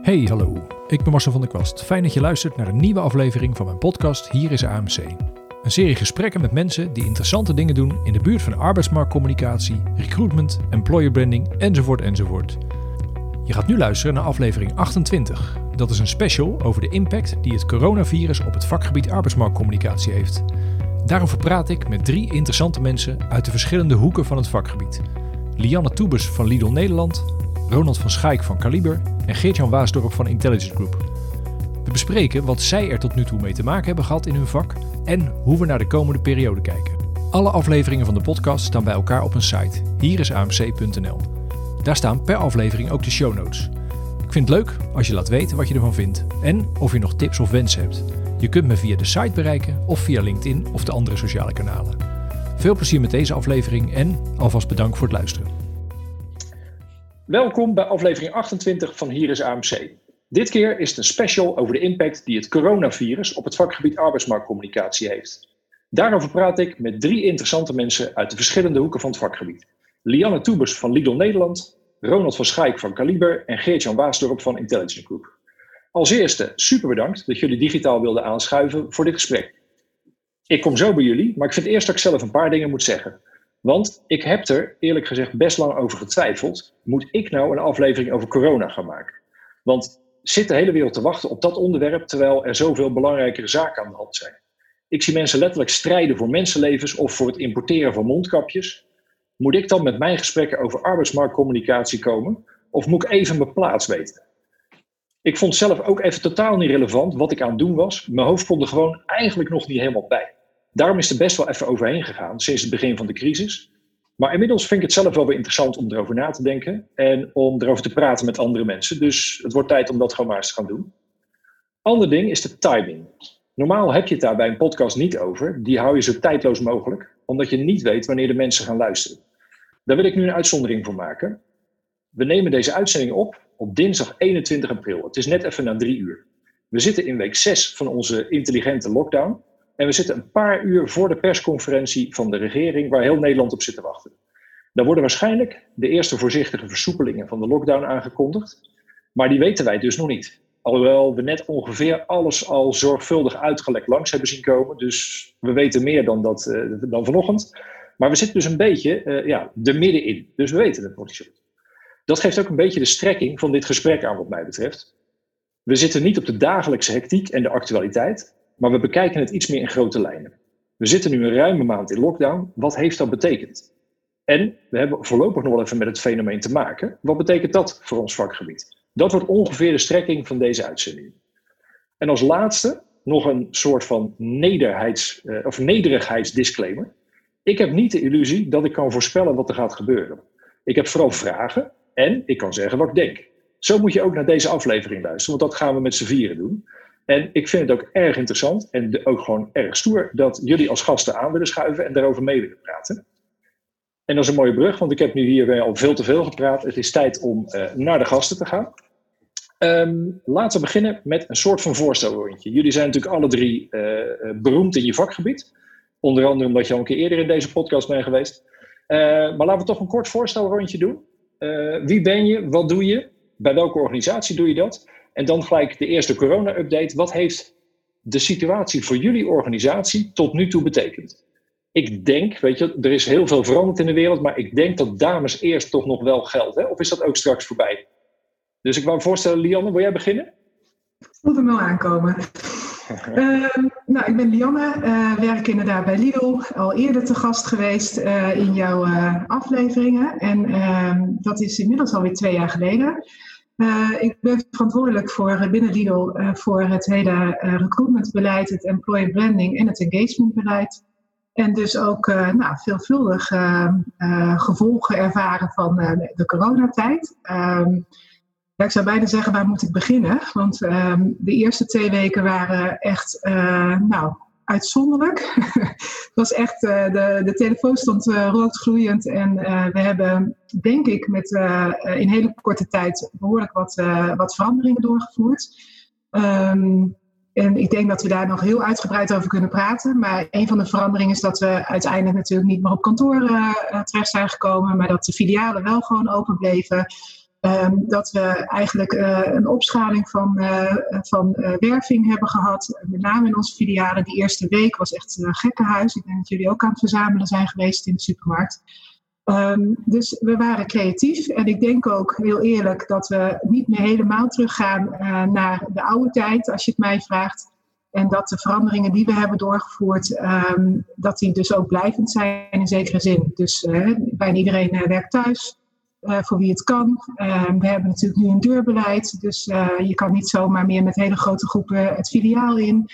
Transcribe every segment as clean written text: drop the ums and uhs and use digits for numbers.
Hey, hallo. Ik ben Marcel van der Kwast. Fijn dat je luistert naar een nieuwe aflevering van mijn podcast Hier is AMC. Een serie gesprekken met mensen die interessante dingen doen in de buurt van arbeidsmarktcommunicatie, recruitment, employer branding enzovoort. Je gaat nu luisteren naar aflevering 28. Dat is een special over de impact die het coronavirus op het vakgebied arbeidsmarktcommunicatie heeft. Daarover praat ik met 3 interessante mensen uit de verschillende hoeken van het vakgebied. Lianne Toebes van Lidl Nederland, Ronald van Schaik van Kaliber en Geert-Jan Waasdorp van Intelligence Group. We bespreken wat zij er tot nu toe mee te maken hebben gehad in hun vak en hoe we naar de komende periode kijken. Alle afleveringen van de podcast staan bij elkaar op een site, hierisamc.nl. Daar staan per aflevering ook de show notes. Ik vind het leuk als je laat weten wat je ervan vindt en of je nog tips of wensen hebt. Je kunt me via de site bereiken of via LinkedIn of de andere sociale kanalen. Veel plezier met deze aflevering en alvast bedankt voor het luisteren. Welkom bij aflevering 28 van Hier is AMC. Dit keer is het een special over de impact die het coronavirus op het vakgebied arbeidsmarktcommunicatie heeft. Daarover praat ik met 3 interessante mensen uit de verschillende hoeken van het vakgebied. Lianne Toebes van Lidl Nederland, Ronald van Schaik van Kaliber en Geert-Jan Waasdorp van Intelligence Group. Als eerste super bedankt dat jullie digitaal wilden aanschuiven voor dit gesprek. Ik kom zo bij jullie, maar ik vind eerst dat ik zelf een paar dingen moet zeggen. Want ik heb er eerlijk gezegd best lang over getwijfeld. Moet ik nou een aflevering over corona gaan maken? Want zit de hele wereld te wachten op dat onderwerp terwijl er zoveel belangrijkere zaken aan de hand zijn? Ik zie mensen letterlijk strijden voor mensenlevens of voor het importeren van mondkapjes. Moet ik dan met mijn gesprekken over arbeidsmarktcommunicatie komen? Of moet ik even mijn plaats weten? Ik vond zelf ook even totaal niet relevant wat ik aan het doen was. Mijn hoofd kon er gewoon eigenlijk nog niet helemaal bij. Daarom is er best wel even overheen gegaan sinds het begin van de crisis. Maar inmiddels vind ik het zelf wel weer interessant om erover na te denken en om erover te praten met andere mensen. Dus het wordt tijd om dat gewoon maar eens te gaan doen. Ander ding is de timing. Normaal heb je het daar bij een podcast niet over. Die hou je zo tijdloos mogelijk, omdat je niet weet wanneer de mensen gaan luisteren. Daar wil ik nu een uitzondering voor maken. We nemen deze uitzending op dinsdag 21 april. Het is net even na 3 uur. We zitten in week 6 van onze intelligente lockdown. En we zitten een paar uur voor de persconferentie van de regering waar heel Nederland op zit te wachten. Daar worden waarschijnlijk de eerste voorzichtige versoepelingen van de lockdown aangekondigd. Maar die weten wij dus nog niet. Alhoewel we net ongeveer alles al zorgvuldig uitgelekt langs hebben zien komen. Dus we weten meer dan vanochtend. Maar we zitten dus een beetje er middenin. Dus we weten het nog niet zo goed. Dat geeft ook een beetje de strekking van dit gesprek aan wat mij betreft. We zitten niet op de dagelijkse hectiek en de actualiteit. Maar we bekijken het iets meer in grote lijnen. We zitten nu een ruime maand in lockdown. Wat heeft dat betekend? En we hebben voorlopig nog wel even met het fenomeen te maken. Wat betekent dat voor ons vakgebied? Dat wordt ongeveer de strekking van deze uitzending. En als laatste nog een soort van nederigheidsdisclaimer. Ik heb niet de illusie dat ik kan voorspellen wat er gaat gebeuren. Ik heb vooral vragen en ik kan zeggen wat ik denk. Zo moet je ook naar deze aflevering luisteren, want dat gaan we met z'n vieren doen. En ik vind het ook erg interessant en ook gewoon erg stoer dat jullie als gasten aan willen schuiven en daarover mee willen praten. En dat is een mooie brug, want ik heb nu hier weer al veel te veel gepraat. Het is tijd om naar de gasten te gaan. Laten we beginnen met een soort van voorstelrondje. Jullie zijn natuurlijk alle 3 beroemd in je vakgebied. Onder andere omdat je al een keer eerder in deze podcast bent geweest. Maar laten we toch een kort voorstelrondje doen. Wie ben je? Wat doe je? Bij welke organisatie doe je dat? En dan gelijk de eerste corona-update. Wat heeft de situatie voor jullie organisatie tot nu toe betekend? Ik denk, er is heel veel veranderd in de wereld, maar ik denk dat dames eerst toch nog wel geldt. Hè? Of is dat ook straks voorbij? Dus ik wou me voorstellen, Lianne, wil jij beginnen? Ik voelde hem wel aankomen. Ik ben Lianne, werk inderdaad bij Lidl, al eerder te gast geweest in jouw afleveringen. En dat is inmiddels alweer 2 jaar geleden. Ik ben verantwoordelijk voor binnen Lidl voor het hele recruitmentbeleid, het employer branding en het engagementbeleid. En dus ook veelvuldig gevolgen ervaren van de coronatijd. Ik zou bijna zeggen, waar moet ik beginnen? Want de eerste 2 weken waren echt uitzonderlijk. Het was echt, de telefoon stond roodgloeiend en we hebben, denk ik, in hele korte tijd behoorlijk wat veranderingen doorgevoerd. En ik denk dat we daar nog heel uitgebreid over kunnen praten. Maar een van de veranderingen is dat we uiteindelijk natuurlijk niet meer op kantoor terecht zijn gekomen, maar dat de filialen wel gewoon open bleven. Dat we eigenlijk een opschaling van werving hebben gehad. Met name in onze filialen. Die eerste week was echt gekkenhuis. Ik denk dat jullie ook aan het verzamelen zijn geweest in de supermarkt. Dus we waren creatief. En ik denk ook heel eerlijk dat we niet meer helemaal teruggaan naar de oude tijd, als je het mij vraagt. En dat de veranderingen die we hebben doorgevoerd, dat die dus ook blijvend zijn in zekere zin. Dus bijna iedereen werkt thuis. Voor wie het kan. We hebben natuurlijk nu een deurbeleid. Dus je kan niet zomaar meer met hele grote groepen het filiaal in.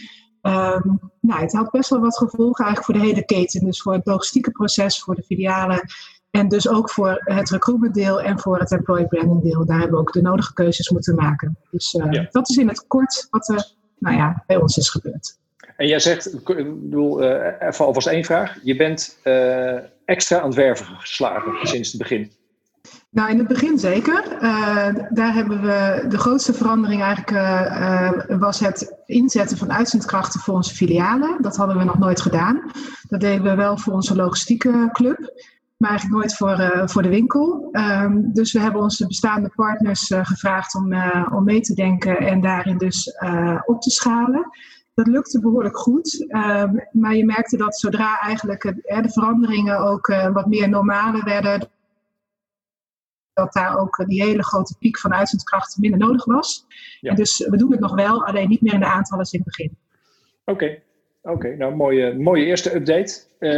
Het had best wel wat gevolgen eigenlijk voor de hele keten. Dus voor het logistieke proces, voor de filialen. En dus ook voor het recruitment deel en voor het employee branding deel. Daar hebben we ook de nodige keuzes moeten maken. Dus dat is in het kort wat bij ons is gebeurd. En jij zegt, ik bedoel, even alvast één vraag. Je bent extra aan het werven geslagen sinds het begin. Nou, in het begin zeker. Daar hebben we de grootste verandering eigenlijk was het inzetten van uitzendkrachten voor onze filialen. Dat hadden we nog nooit gedaan. Dat deden we wel voor onze logistieke club, maar eigenlijk nooit voor de winkel. Dus we hebben onze bestaande partners gevraagd om mee te denken en daarin dus op te schalen. Dat lukte behoorlijk goed, maar je merkte dat zodra eigenlijk de veranderingen ook wat meer normale werden, dat daar ook die hele grote piek van uitzendkrachten minder nodig was. Ja. En dus we doen het nog wel, alleen niet meer in de aantallen als in het begin. Oké. Nou, mooie eerste update.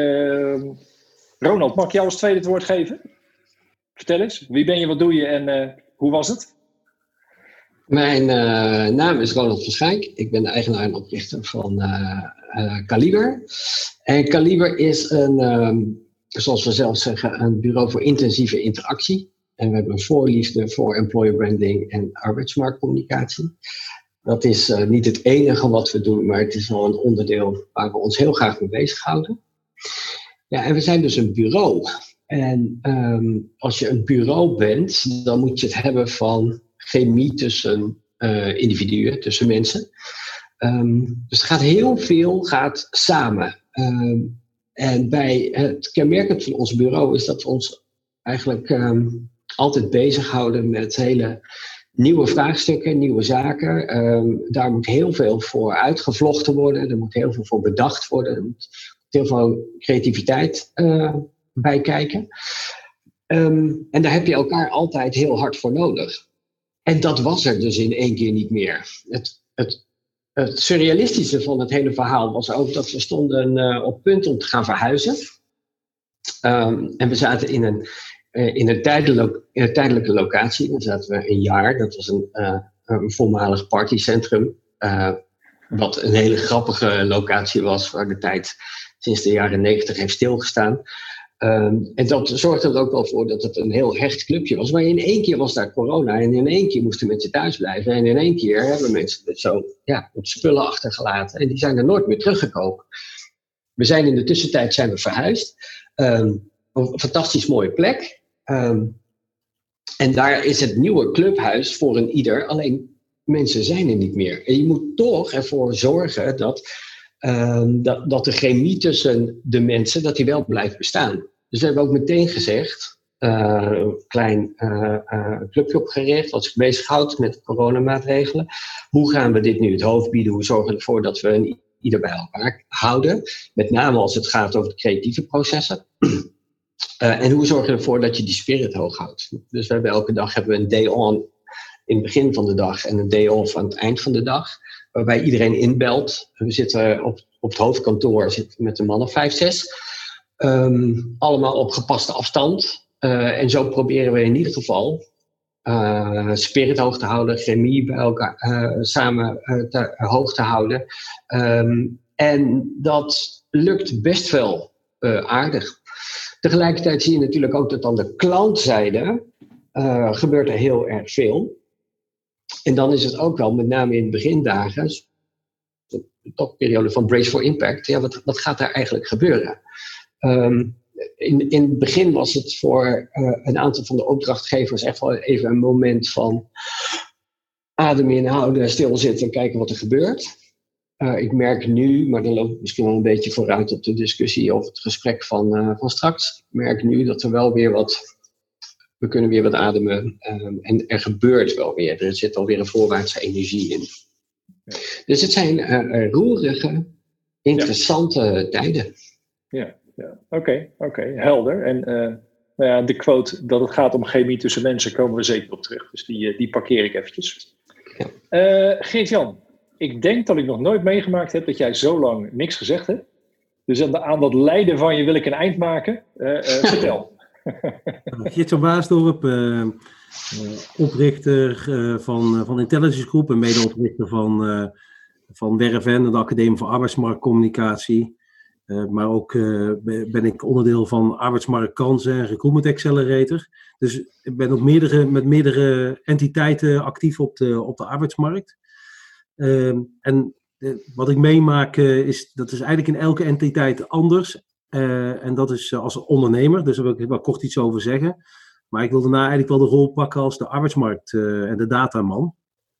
Ronald, mag ik jou als tweede het woord geven? Vertel eens, wie ben je, wat doe je en hoe was het? Mijn naam is Ronald van Schijk. Ik ben de eigenaar en oprichter van Kaliber. En Kaliber is zoals we zelf zeggen, een bureau voor intensieve interactie. En we hebben een voorliefde voor employer branding en arbeidsmarktcommunicatie. Dat is niet het enige wat we doen, maar het is wel een onderdeel waar we ons heel graag mee bezighouden. Ja, en we zijn dus een bureau. En als je een bureau bent, dan moet je het hebben van chemie tussen individuen, tussen mensen. Dus er gaat heel veel samen. En bij het kenmerkend van ons bureau is dat we ons eigenlijk altijd bezighouden met hele nieuwe vraagstukken, nieuwe zaken. Daar moet heel veel voor uitgevlochten worden. Er moet heel veel voor bedacht worden. Er moet heel veel creativiteit bij kijken. En daar heb je elkaar altijd heel hard voor nodig. En dat was er dus in één keer niet meer. Het surrealistische van het hele verhaal was ook dat we stonden op punt om te gaan verhuizen. En we zaten in een tijdelijke locatie. Daar zaten we een jaar. Dat was een voormalig partycentrum. Wat een hele grappige locatie was, waar de tijd sinds de jaren 90 heeft stilgestaan. En dat zorgde er ook wel voor dat het een heel hecht clubje was. Maar in één keer was daar corona en in één keer moesten mensen thuis blijven. En in één keer hebben mensen het zo op spullen achtergelaten. En die zijn er nooit meer teruggekomen. We zijn in de tussentijd verhuisd. Een fantastisch mooie plek. En daar is het nieuwe clubhuis voor een ieder. Alleen mensen zijn er niet meer. En je moet toch ervoor zorgen dat de chemie tussen de mensen, dat die wel blijft bestaan. Dus we hebben ook meteen gezegd, een klein clubje opgericht, wat zich bezighoudt met coronamaatregelen. Hoe gaan we dit nu het hoofd bieden? Hoe zorgen we ervoor dat we ieder bij elkaar houden? Met name als het gaat over de creatieve processen. En hoe zorg je ervoor dat je die spirit hoog houdt? Dus we hebben elke dag een day on in het begin van de dag en een day off aan het eind van de dag. Waarbij iedereen inbelt. We zitten op het hoofdkantoor met een man of 5, 6. Allemaal op gepaste afstand. En zo proberen we in ieder geval spirit hoog te houden. Chemie bij elkaar samen hoog te houden. En dat lukt best wel aardig. Tegelijkertijd zie je natuurlijk ook dat aan de klantzijde gebeurt er heel erg veel. En dan is het ook wel, met name in de begindagen, de topperiode van Brace for Impact, wat gaat daar eigenlijk gebeuren? In het begin was het voor een aantal van de opdrachtgevers echt wel even een moment van adem inhouden, stilzitten en kijken wat er gebeurt. Ik merk nu, maar dan loop ik misschien wel een beetje vooruit op de discussie of het gesprek van straks. Ik merk nu dat er wel weer wat We kunnen weer wat ademen en er gebeurt wel weer. Er zit alweer een voorwaartse energie in. Ja. Dus het zijn roerige, interessante tijden. Ja. Oké, helder. En de quote dat het gaat om chemie tussen mensen komen we zeker op terug. Dus die parkeer ik eventjes. Ja. Geert-Jan, ik denk dat ik nog nooit meegemaakt heb dat jij zo lang niks gezegd hebt. Dus aan dat lijden van je wil ik een eind maken. Vertel. Geert-Jan Waasdorp, oprichter van Intelligence Group en medeoprichter van WRFN, de Academie voor Arbeidsmarktcommunicatie. Maar ook ben ik onderdeel van Arbeidsmarktkansen en Recruitment Accelerator. Dus ik ben ook met meerdere entiteiten actief op de arbeidsmarkt. En wat ik meemaak dat is eigenlijk in elke entiteit anders. En dat is als ondernemer, dus daar wil ik wel kort iets over zeggen. Maar ik wil daarna eigenlijk wel de rol pakken als de arbeidsmarkt en de dataman.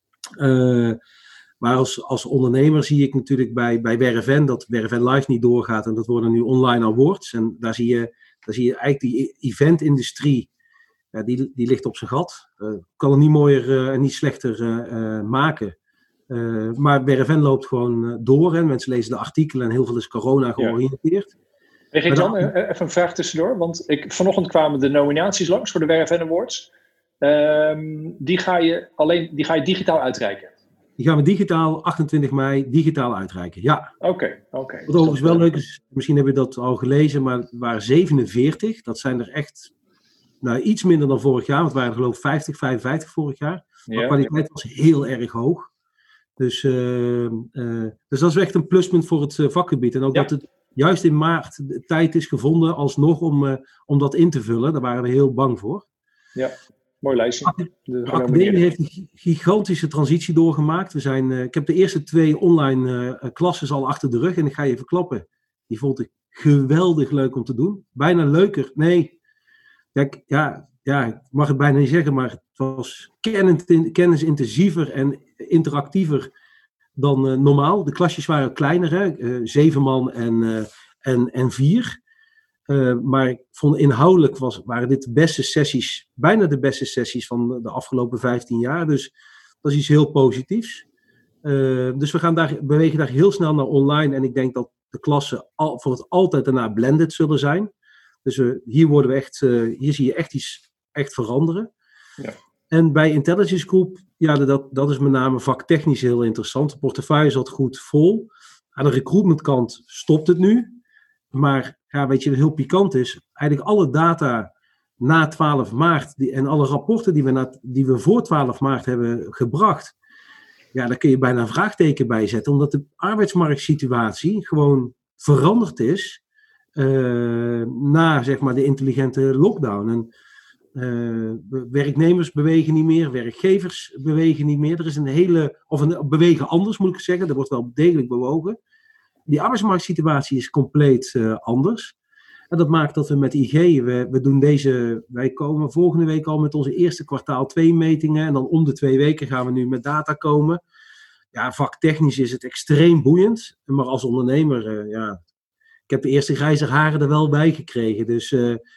Maar als ondernemer zie ik natuurlijk bij WRFN dat WRFN Live niet doorgaat. En dat worden nu online awards. En daar zie je eigenlijk die eventindustrie, die ligt op zijn gat. Kan het niet mooier en niet slechter maken. Maar WRFN loopt gewoon door. Hè. Mensen lezen de artikelen en heel veel is corona georiënteerd. Hey Geert-Jan, even een vraag tussendoor. Want vanochtend kwamen de nominaties langs voor de WRFN Awards. Die ga je digitaal uitreiken. Die gaan we digitaal, 28 mei, digitaal uitreiken, ja. Oké. Wat overigens wel leuk is, misschien heb je dat al gelezen, maar het waren 47. Dat zijn er echt iets minder dan vorig jaar, want het waren er geloof ik 50, 55 vorig jaar. Maar de kwaliteit was heel erg hoog. Dus dat is echt een pluspunt voor het vakgebied. En ook dat het juist in maart de tijd is gevonden alsnog om dat in te vullen. Daar waren we heel bang voor. Ja. Mooi lijstje. De academie heeft een gigantische transitie doorgemaakt. Ik heb de eerste 2 online klasses al achter de rug. En ik ga je even klappen. Die vond ik geweldig leuk om te doen. Bijna leuker. Nee. Ik mag het bijna niet zeggen. Maar het was kennisintensiever en interactiever dan normaal. De klasjes waren kleiner. Hè? 7 man en 4. Maar ik vond inhoudelijk waren dit de beste sessies, bijna de beste sessies van de afgelopen 15 jaar. Dus dat is iets heel positiefs. Dus we bewegen daar heel snel naar online. En ik denk dat de klassen voor het altijd daarna blended zullen zijn. Dus hier zie je echt iets veranderen. Ja. En bij Intelligence Group, dat is met name vaktechnisch heel interessant. De portefeuille zat goed vol. Aan de recruitmentkant stopt het nu. Maar weet je, wat heel pikant is, eigenlijk alle data na 12 maart en alle rapporten die we voor 12 maart hebben gebracht, daar kun je bijna een vraagteken bij zetten, omdat de arbeidsmarktsituatie gewoon veranderd is na zeg maar de intelligente lockdown. En werknemers bewegen niet meer, werkgevers bewegen niet meer. Er is bewegen anders moet ik zeggen, er wordt wel degelijk bewogen. Die arbeidsmarktsituatie is compleet anders. En dat maakt dat we met IG, wij komen volgende week al met onze eerste kwartaal 2 metingen. En dan om de 2 weken gaan we nu met data komen. Ja, vaktechnisch is het extreem boeiend. Maar als ondernemer, ik heb de eerste grijze haren er wel bij gekregen. Dus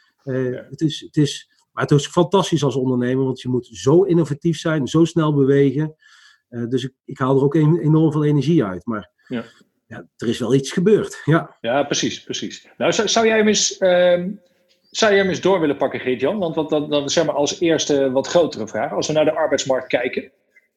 het is fantastisch als ondernemer, want je moet zo innovatief zijn, zo snel bewegen. Dus ik haal er ook enorm veel energie uit. Maar er is wel iets gebeurd. Ja, precies. Nou, zou jij hem eens door willen pakken, Geert-Jan? Want dan zeg maar als eerste wat grotere vraag. Als we naar de arbeidsmarkt kijken.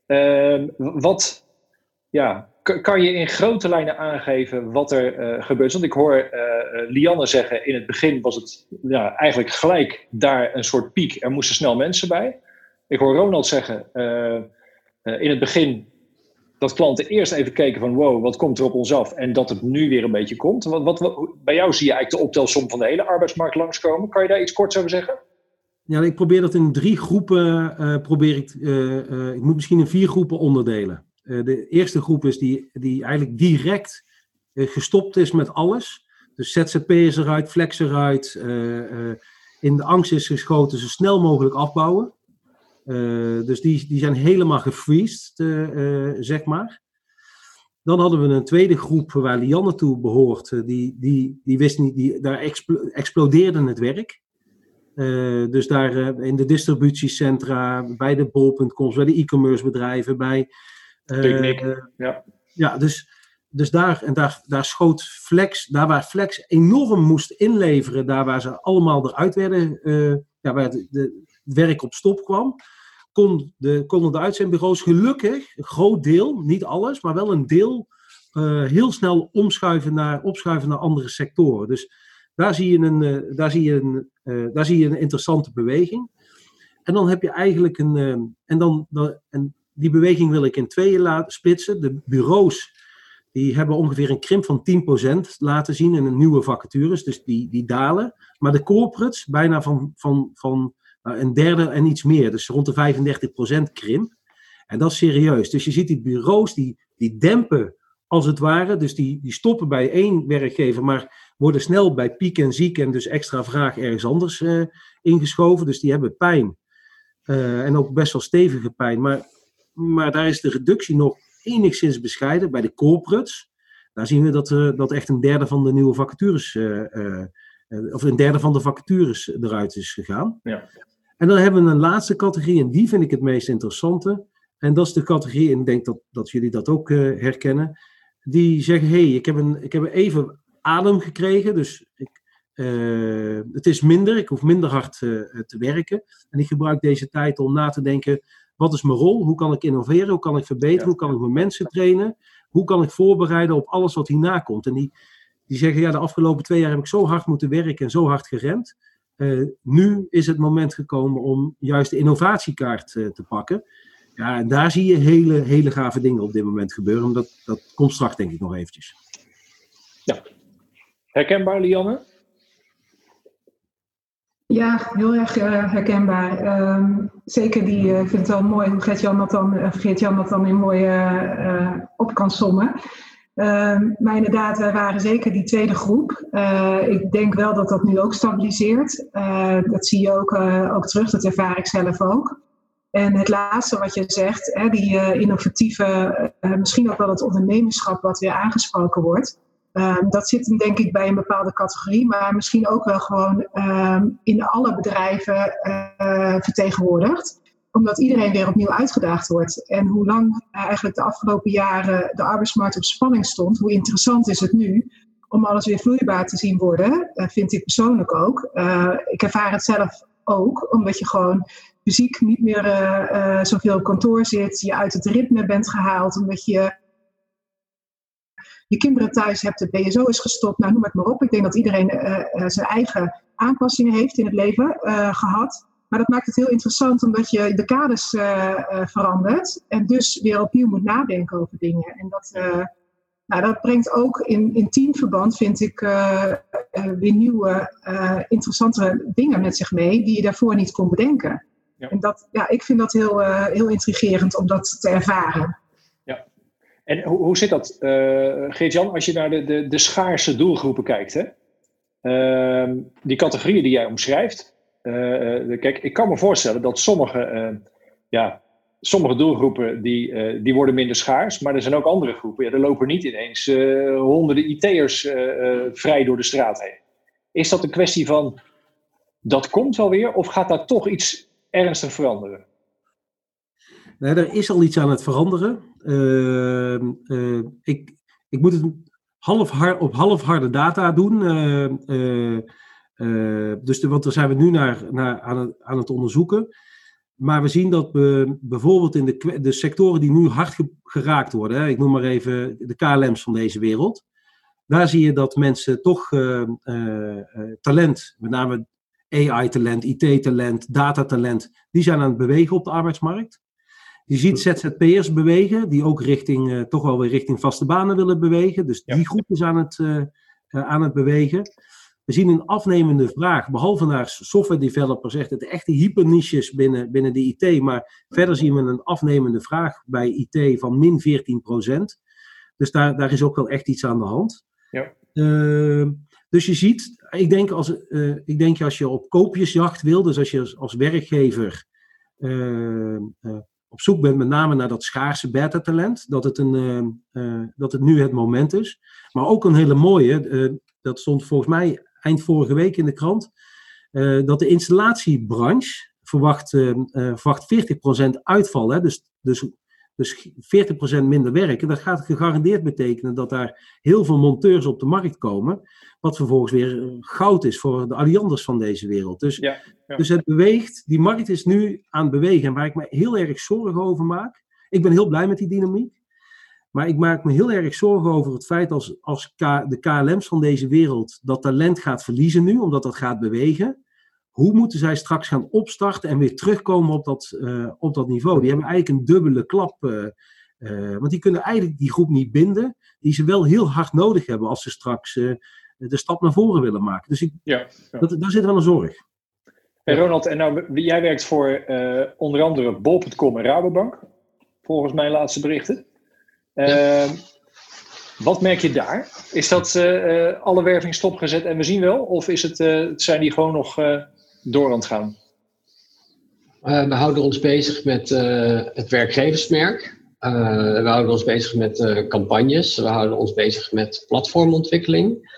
Kan je in grote lijnen aangeven wat er gebeurt? Want ik hoor Lianne zeggen, in het begin was het eigenlijk gelijk daar een soort piek. Er moesten snel mensen bij. Ik hoor Ronald zeggen, in het begin dat klanten eerst even keken van wow, wat komt er op ons af? En dat het nu weer een beetje komt. Bij jou zie je eigenlijk de optelsom van de hele arbeidsmarkt langskomen. Kan je daar iets korts over zeggen? Ja, ik probeer dat in 3 groepen. Ik moet misschien in 4 groepen onderdelen. De eerste groep is die eigenlijk direct gestopt is met alles. Dus ZZP is eruit, Flex eruit. In de angst is geschoten, zo snel mogelijk afbouwen. Dus die zijn helemaal gefreezed, zeg maar. Dan hadden we een tweede groep waar Lianne toe behoort. Die wist niet, daar explodeerde het werk. Dus daar in de distributiecentra, bij de bol.coms, bij de e-commerce bedrijven, bij... Ja, dus daar schoot Flex, daar waar Flex enorm moest inleveren, daar waar ze allemaal eruit werden, waar het werk op stop kwam, konden de uitzendbureaus gelukkig, een groot deel, niet alles, maar wel een deel, heel snel opschuiven naar andere sectoren. Dus daar zie je een interessante beweging. En dan heb je eigenlijk en die beweging wil ik in tweeën splitsen. De bureaus die hebben ongeveer een krimp van 10% laten zien in een nieuwe vacatures, dus die dalen. Maar de corporates bijna van een derde en iets meer, dus rond de 35% krimp. En dat is serieus. Dus je ziet die bureaus die dempen als het ware, dus die stoppen bij één werkgever, maar worden snel bij piek en ziek en dus extra vraag ergens anders ingeschoven. Dus die hebben pijn. En ook best wel stevige pijn. Maar daar is de reductie nog enigszins bescheiden. Bij de corporates, daar zien we dat echt een derde van de nieuwe vacatures, of een derde van de vacatures eruit is gegaan. Ja. En dan hebben we een laatste categorie, en die vind ik het meest interessante. En dat is de categorie, en ik denk dat jullie dat ook herkennen. Die zeggen, ik heb even adem gekregen, dus het is minder, ik hoef minder hard te werken. En ik gebruik deze tijd om na te denken, wat is mijn rol? Hoe kan ik innoveren? Hoe kan ik verbeteren? Hoe kan ik mijn mensen trainen? Hoe kan ik voorbereiden op alles wat hierna komt? En die zeggen, de afgelopen 2 jaar heb ik zo hard moeten werken en zo hard gerend. Nu is het moment gekomen om juist de innovatiekaart te pakken. Ja, en daar zie je hele gave dingen op dit moment gebeuren. Dat komt straks denk ik nog eventjes. Ja. Herkenbaar, Lianne? Ja, heel erg herkenbaar. Zeker ik vind het wel mooi hoe Geert-Jan dat dan in mooi op kan sommen. Maar inderdaad, wij waren zeker die tweede groep. Ik denk wel dat dat nu ook stabiliseert. Dat zie je ook terug, dat ervaar ik zelf ook. En het laatste wat je zegt, die innovatieve, misschien ook wel het ondernemerschap wat weer aangesproken wordt. Dat zit hem denk ik bij een bepaalde categorie, maar misschien ook wel gewoon in alle bedrijven vertegenwoordigd. Omdat iedereen weer opnieuw uitgedaagd wordt. En hoe lang eigenlijk de afgelopen jaren de arbeidsmarkt op spanning stond, hoe interessant is het nu om alles weer vloeibaar te zien worden, vind ik persoonlijk ook. Ik ervaar het zelf ook, omdat je gewoon fysiek niet meer zoveel op kantoor zit, je uit het ritme bent gehaald, omdat je kinderen thuis hebt, de BSO is gestopt, nou noem het maar op. Ik denk dat iedereen zijn eigen aanpassingen heeft in het leven gehad. Maar dat maakt het heel interessant omdat je de kaders verandert en dus weer opnieuw moet nadenken over dingen. En dat brengt ook in teamverband, vind ik, weer nieuwe, interessante dingen met zich mee die je daarvoor niet kon bedenken. Ja. En ik vind dat heel intrigerend om dat te ervaren. Ja. En hoe zit dat, Geert-Jan, als je naar de schaarse doelgroepen kijkt? Hè? Die categorieën die jij omschrijft. Kijk, ik kan me voorstellen dat sommige doelgroepen die worden minder schaars, maar er zijn ook andere groepen. Ja, er lopen niet ineens honderden IT'ers vrij door de straat heen. Is dat een kwestie van dat komt wel weer, of gaat daar toch iets ernstig veranderen? Nee, er is al iets aan het veranderen. Ik moet het op halfharde data doen. Want daar zijn we nu aan het onderzoeken. Maar we zien dat bijvoorbeeld in de sectoren die nu hard geraakt worden, ik noem maar even de KLM's van deze wereld, daar zie je dat mensen toch talent, met name AI-talent, IT-talent, datatalent, die zijn aan het bewegen op de arbeidsmarkt. Je ziet ZZP'ers bewegen, die ook toch wel weer richting vaste banen willen bewegen. Dus die groep is aan het bewegen. We zien een afnemende vraag, behalve naar software developers, echt het echte hyperniches binnen de IT. Maar verder zien we een afnemende vraag bij IT van min 14%. Dus daar is ook wel echt iets aan de hand. Ja. Dus je ziet, ik denk als je op koopjesjacht wil, dus als je als werkgever op zoek bent met name naar dat schaarse beta-talent, dat het nu het moment is. Maar ook een hele mooie, dat stond volgens mij eind vorige week in de krant. dat de installatiebranche verwacht 40% uitval. Hè? Dus 40% minder werken. Dat gaat gegarandeerd betekenen dat daar heel veel monteurs op de markt komen. Wat vervolgens weer goud is voor de Allianders van deze wereld. Dus het beweegt. Die markt is nu aan het bewegen. En waar ik me heel erg zorgen over maak. Ik ben heel blij met die dynamiek. Maar ik maak me heel erg zorgen over het feit als de KLM's van deze wereld dat talent gaat verliezen nu. Omdat dat gaat bewegen. Hoe moeten zij straks gaan opstarten en weer terugkomen op dat niveau? Die hebben eigenlijk een dubbele klap. Want die kunnen eigenlijk die groep niet binden. Die ze wel heel hard nodig hebben als ze straks de stap naar voren willen maken. Dus daar zit wel een zorg. Hey Ronald, en nou, jij werkt voor onder andere bol.com en Rabobank. Volgens mijn laatste berichten. Wat merk je daar? Is dat alle werving stopgezet en we zien wel? Of zijn die gewoon nog door aan het gaan? We houden ons bezig met het werkgeversmerk. We houden ons bezig met campagnes. We houden ons bezig met platformontwikkeling.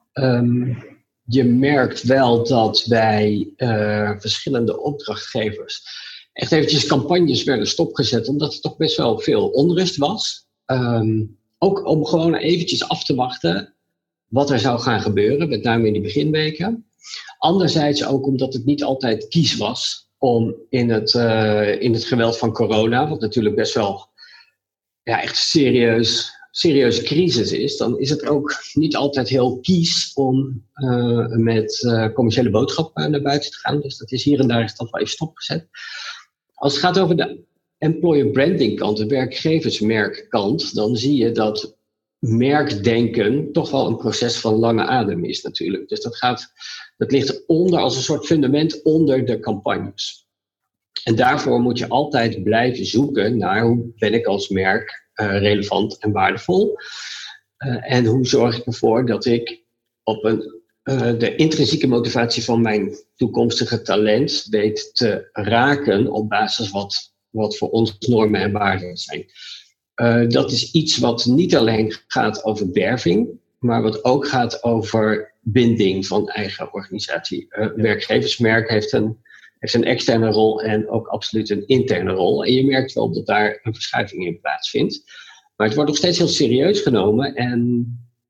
Je merkt wel dat bij verschillende opdrachtgevers echt eventjes campagnes werden stopgezet, omdat er toch best wel veel onrust was. Ook om gewoon eventjes af te wachten wat er zou gaan gebeuren, met name in die beginweken. Anderzijds ook omdat het niet altijd kies was om in het geweld van corona, wat natuurlijk best wel echt serieuze crisis is, dan is het ook niet altijd heel kies om met commerciële boodschappen naar buiten te gaan. Dus dat is hier en daar is dat wel even stopgezet. Als het gaat over de employer branding kant, de werkgeversmerkkant, dan zie je dat merkdenken toch wel een proces van lange adem is natuurlijk. Dus dat ligt als een soort fundament onder de campagnes. En daarvoor moet je altijd blijven zoeken naar hoe ben ik als merk relevant en waardevol. En hoe zorg ik ervoor dat ik op de intrinsieke motivatie van mijn toekomstige talent weet te raken op basis wat voor ons normen en waarden zijn. Dat is iets wat niet alleen gaat over werving, maar wat ook gaat over binding van eigen organisatie. Werkgeversmerk heeft een externe rol en ook absoluut een interne rol. En je merkt wel dat daar een verschuiving in plaatsvindt. Maar het wordt nog steeds heel serieus genomen. En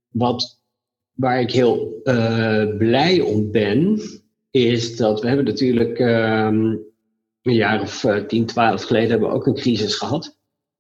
waar ik heel blij om ben, is dat we hebben natuurlijk een jaar of 10, 12 geleden hebben we ook een crisis gehad.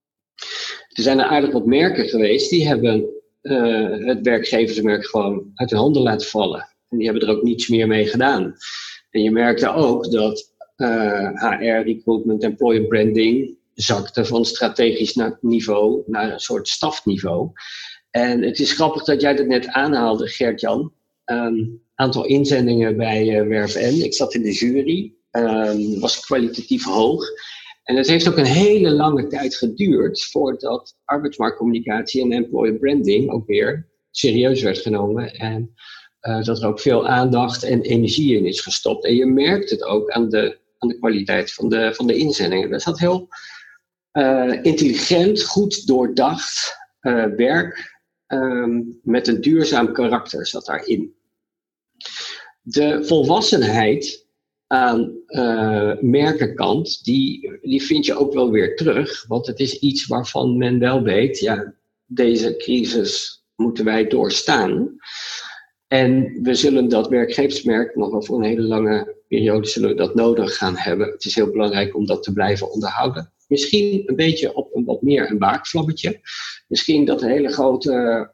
Er zijn er aardig wat merken geweest die hebben het werkgeversmerk gewoon uit hun handen laten vallen. En die hebben er ook niets meer mee gedaan. En je merkte ook dat HR, recruitment, employer branding zakte van strategisch niveau naar een soort stafniveau. En het is grappig dat jij dat net aanhaalde, Gert-Jan. Aantal inzendingen bij WerfN. Ik zat in de jury. Was kwalitatief hoog. En het heeft ook een hele lange tijd geduurd voordat arbeidsmarktcommunicatie en employer branding ook weer serieus werd genomen. En dat er ook veel aandacht en energie in is gestopt. En je merkt het ook aan de kwaliteit van de inzendingen. Er zat heel intelligent, goed doordacht werk met een duurzaam karakter zat daarin. De volwassenheid aan merkenkant, die vind je ook wel weer terug. Want het is iets waarvan men wel weet, deze crisis moeten wij doorstaan. En we zullen dat werkgeversmerk nog wel voor een hele lange periode zullen we dat nodig gaan hebben. Het is heel belangrijk om dat te blijven onderhouden. Misschien een beetje op wat meer een waakvlammetje. Misschien dat hele grote,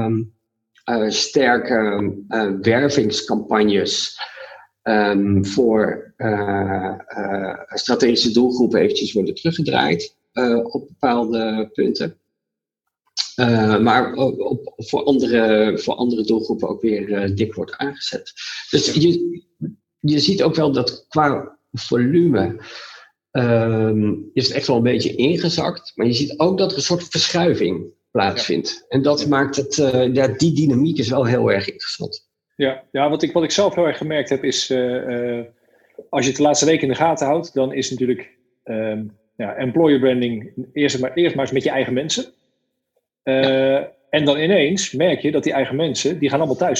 sterke wervingscampagnes voor strategische doelgroepen eventjes worden teruggedraaid op bepaalde punten. Maar voor andere doelgroepen ook weer dik wordt aangezet. Dus je ziet ook wel dat qua volume is het echt wel een beetje ingezakt. Maar je ziet ook dat er een soort verschuiving plaatsvindt. En dat maakt het, die dynamiek is wel heel erg interessant. Ja, wat ik zelf heel erg gemerkt heb is, als je het de laatste week in de gaten houdt, dan is natuurlijk employer branding eerst maar eens met je eigen mensen. En dan ineens merk je dat die eigen mensen, die gaan allemaal thuis zitten.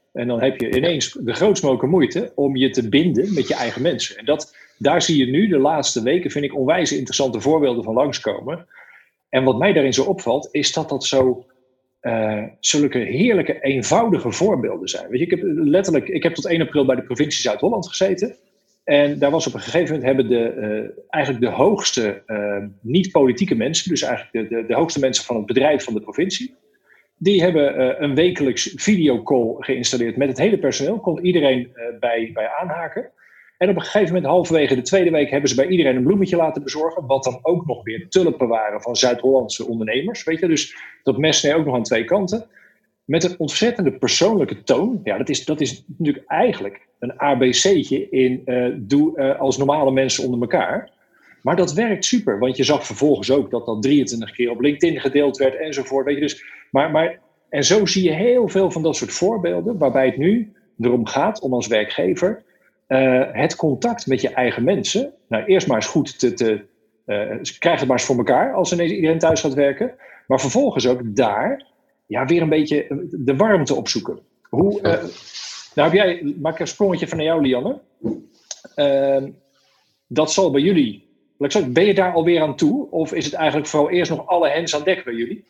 En dan heb je ineens de grootst mogelijke moeite om je te binden met je eigen mensen. En daar zie je nu de laatste weken, vind ik, onwijs interessante voorbeelden van langskomen. En wat mij daarin zo opvalt, is dat zo zulke heerlijke, eenvoudige voorbeelden zijn. Weet je, ik heb tot 1 april bij de provincie Zuid-Holland gezeten. En daar was op een gegeven moment eigenlijk de hoogste niet-politieke mensen, dus eigenlijk de hoogste mensen van het bedrijf van de provincie, die hebben een wekelijks videocall geïnstalleerd met het hele personeel. Kon iedereen bij aanhaken. En op een gegeven moment, halverwege de tweede week, hebben ze bij iedereen een bloemetje laten bezorgen. Wat dan ook nog weer tulpen waren van Zuid-Hollandse ondernemers. Weet je? Dus dat mes ook nog aan 2 kanten. Met een ontzettende persoonlijke toon. Ja, dat is natuurlijk eigenlijk een ABC'tje in doe als normale mensen onder elkaar. Maar dat werkt super, want je zag vervolgens ook dat 23 keer op LinkedIn gedeeld werd enzovoort. Weet je, dus, en zo zie je heel veel van dat soort voorbeelden, waarbij het nu erom gaat om als werkgever het contact met je eigen mensen. Nou, eerst maar eens goed krijg het maar eens voor elkaar als ineens iedereen thuis gaat werken. Maar vervolgens ook daar weer een beetje de warmte opzoeken. Maak ik een sprongetje van naar jou, Lianne. Dat zal bij jullie. Ben je daar alweer aan toe? Of is het eigenlijk vooral eerst nog alle hens aan dek bij jullie?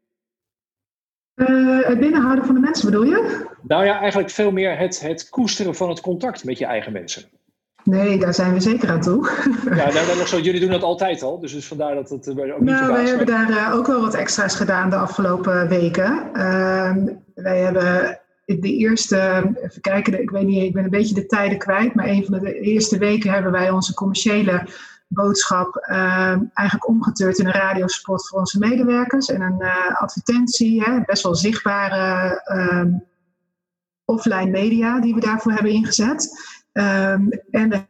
Het binnenhouden van de mensen bedoel je? Nou ja, eigenlijk veel meer het koesteren van het contact met je eigen mensen. Nee, daar zijn we zeker aan toe. Ja, nog zo. Jullie doen dat altijd al, dus vandaar dat het ook niet verbaast. Nou, wij hebben daar ook wel wat extra's gedaan de afgelopen weken. Wij hebben de eerste, even kijken, ik weet niet, ik ben een beetje de tijden kwijt, maar een van de eerste weken hebben wij onze commerciële boodschap eigenlijk omgeturnd in een radiospot voor onze medewerkers en een advertentie, best wel zichtbare offline media die we daarvoor hebben ingezet. En we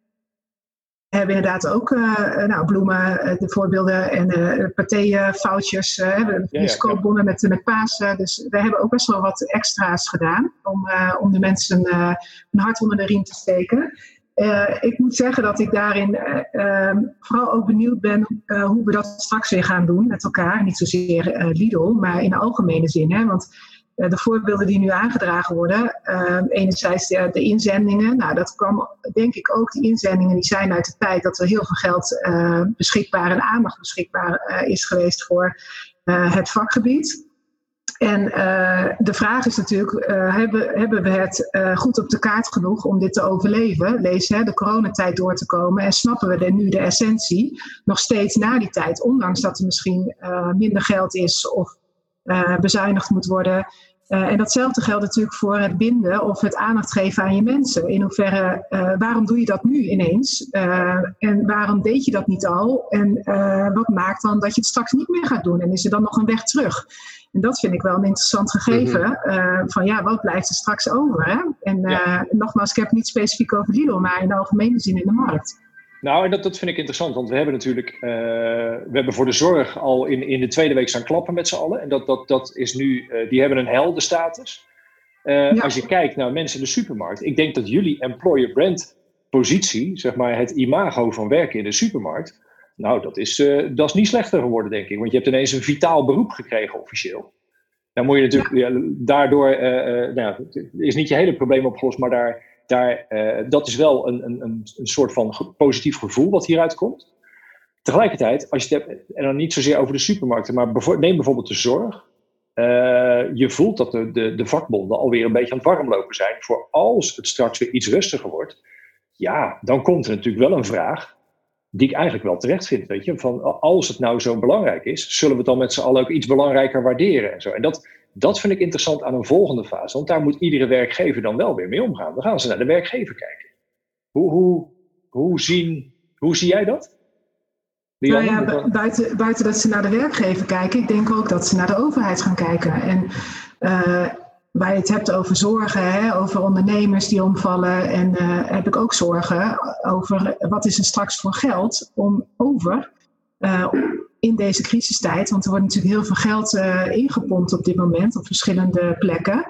hebben inderdaad ook bloemen, de voorbeelden en de partijvouchers, bioscoopbonnen met Pasen. Dus we hebben ook best wel wat extra's gedaan om de mensen een hart onder de riem te steken. Ik moet zeggen dat ik daarin vooral ook benieuwd ben hoe we dat straks weer gaan doen met elkaar. Niet zozeer Lidl, maar in de algemene zin. Hè? Want de voorbeelden die nu aangedragen worden, enerzijds de inzendingen. Nou, dat kwam denk ik ook, die inzendingen die zijn uit de tijd dat er heel veel geld beschikbaar en aandacht beschikbaar is geweest voor het vakgebied. En de vraag is natuurlijk, hebben we het goed op de kaart genoeg om dit te overleven? Lees de coronatijd door te komen en snappen we nu de essentie nog steeds na die tijd, ondanks dat er misschien minder geld is of bezuinigd moet worden. En datzelfde geldt natuurlijk voor het binden of het aandacht geven aan je mensen. In hoeverre, waarom doe je dat nu ineens? En waarom deed je dat niet al? En wat maakt dan dat je het straks niet meer gaat doen? En is er dan nog een weg terug? En dat vind ik wel een interessant gegeven. Van wat blijft er straks over? Hè? En nogmaals, ik heb het niet specifiek over Lidl, maar in de algemene zin in de markt. Nou, en dat vind ik interessant, want we hebben natuurlijk, we hebben voor de zorg al in de tweede week staan klappen met z'n allen. En dat is nu, die hebben een heldenstatus. Als je kijkt naar mensen in de supermarkt, ik denk dat jullie employer brand positie, zeg maar het imago van werken in de supermarkt, nou, dat is niet slechter geworden, denk ik. Want je hebt ineens een vitaal beroep gekregen officieel. Dan moet je natuurlijk, daardoor, is niet je hele probleem opgelost, maar dat is wel een soort van positief gevoel wat hieruit komt. Tegelijkertijd, als je het hebt, en dan niet zozeer over de supermarkten, maar neem bijvoorbeeld de zorg. Je voelt dat de vakbonden alweer een beetje aan het warmlopen zijn. Voor als het straks weer iets rustiger wordt, dan komt er natuurlijk wel een vraag die ik eigenlijk wel terecht vind. Weet je? Van, als het nou zo belangrijk is, zullen we het dan met z'n allen ook iets belangrijker waarderen en zo. En dat vind ik interessant aan een volgende fase. Want daar moet iedere werkgever dan wel weer mee omgaan. Dan gaan ze naar de werkgever kijken. Hoe zie jij dat? Buiten dat ze naar de werkgever kijken, ik denk ook dat ze naar de overheid gaan kijken. En waar je het hebt over zorgen, over ondernemers die omvallen. En heb ik ook zorgen over wat is er straks voor geld over in deze crisistijd. Want er wordt natuurlijk heel veel geld ingepompt op dit moment op verschillende plekken.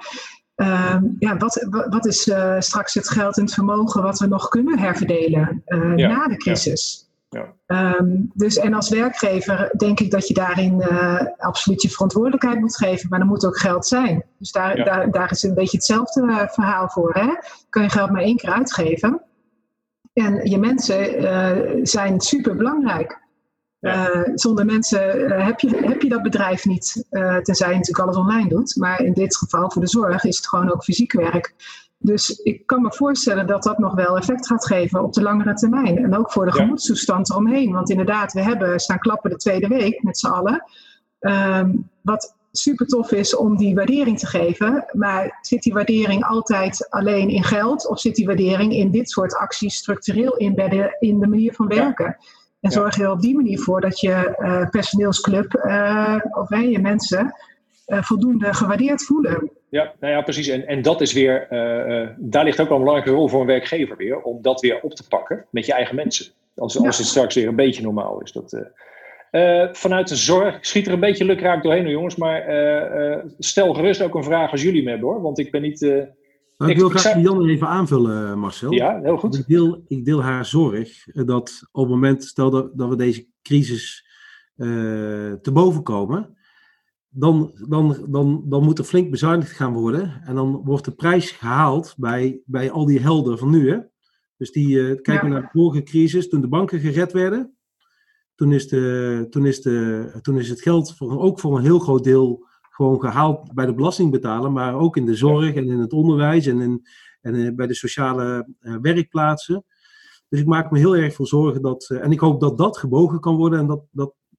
Wat is straks het geld en het vermogen wat we nog kunnen herverdelen na de crisis? Dus en als werkgever denk ik dat je daarin absoluut je verantwoordelijkheid moet geven. Maar er moet ook geld zijn. Dus daar is een beetje hetzelfde verhaal voor. Hè? Kun je geld maar 1 keer uitgeven. En je mensen zijn super belangrijk. Zonder mensen heb je dat bedrijf niet. Tenzij je natuurlijk alles online doet. Maar in dit geval voor de zorg is het gewoon ook fysiek werk. Dus ik kan me voorstellen dat dat nog wel effect gaat geven op de langere termijn. En ook voor de gemoedstoestand eromheen. Want inderdaad, we staan klappen de 2e week met z'n allen. Wat super tof is om die waardering te geven. Maar zit die waardering altijd alleen in geld? Of zit die waardering in dit soort acties structureel inbedden in de manier van werken? En zorg je er op die manier voor dat je personeelsclub of je mensen voldoende gewaardeerd voelen. Ja, nou ja, precies. En dat is weer, daar ligt ook wel een belangrijke rol voor een werkgever weer, om dat weer op te pakken met je eigen mensen. Als het straks weer een beetje normaal is. Vanuit de zorg, ik schiet er een beetje lukraak doorheen, jongens, maar stel gerust ook een vraag als jullie me hebben, hoor. Want ik ben niet... ik wil graag Janne even aanvullen, Marcel. Ja, heel goed. Ik deel haar zorg dat op het moment, stel dat we deze crisis te boven komen, dan moet er flink bezuinigd gaan worden. En dan wordt de prijs gehaald bij al die helden van nu. Hè? Dus kijken we naar de vorige crisis, toen de banken gered werden. Toen is het geld ook voor een heel groot deel gewoon gehaald bij de belastingbetaler, maar ook in de zorg en in het onderwijs en bij de sociale werkplaatsen. Dus ik maak me heel erg veel zorgen en ik hoop dat gebogen kan worden en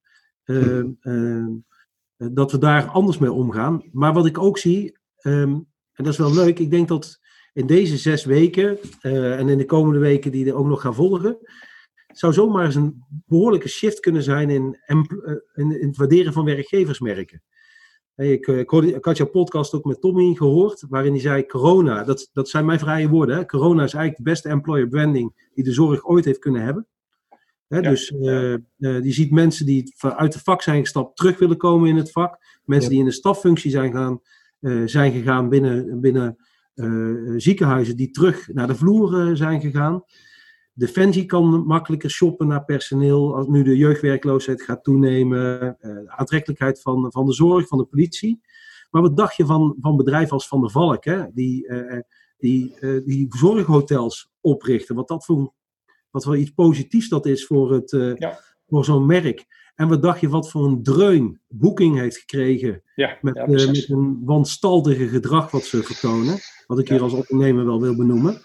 dat we daar anders mee omgaan. Maar wat ik ook zie, en dat is wel leuk, ik denk dat in deze 6 weken en in de komende weken die er ook nog gaan volgen, zou zomaar eens een behoorlijke shift kunnen zijn in het waarderen van werkgeversmerken. Ik had jouw podcast ook met Tommy gehoord, waarin hij zei, corona, dat zijn mijn vrije woorden, hè? Corona is eigenlijk de beste employer branding die de zorg ooit heeft kunnen hebben. Dus je ziet mensen die uit het vak zijn gestapt, terug willen komen in het vak. Mensen die in de staffunctie zijn gegaan binnen ziekenhuizen, die terug naar de vloer zijn gegaan. Defensie kan makkelijker shoppen naar personeel als nu de jeugdwerkloosheid gaat toenemen. De aantrekkelijkheid van de zorg, van de politie. Maar wat dacht je van bedrijven als Van der Valk, hè? Die zorghotels oprichten? Wat voor iets positiefs dat is voor zo'n merk. En wat dacht je wat voor een dreun Booking heeft gekregen met een wanstaltige gedrag wat ze vertonen. Wat ik hier als ondernemer wel wil benoemen.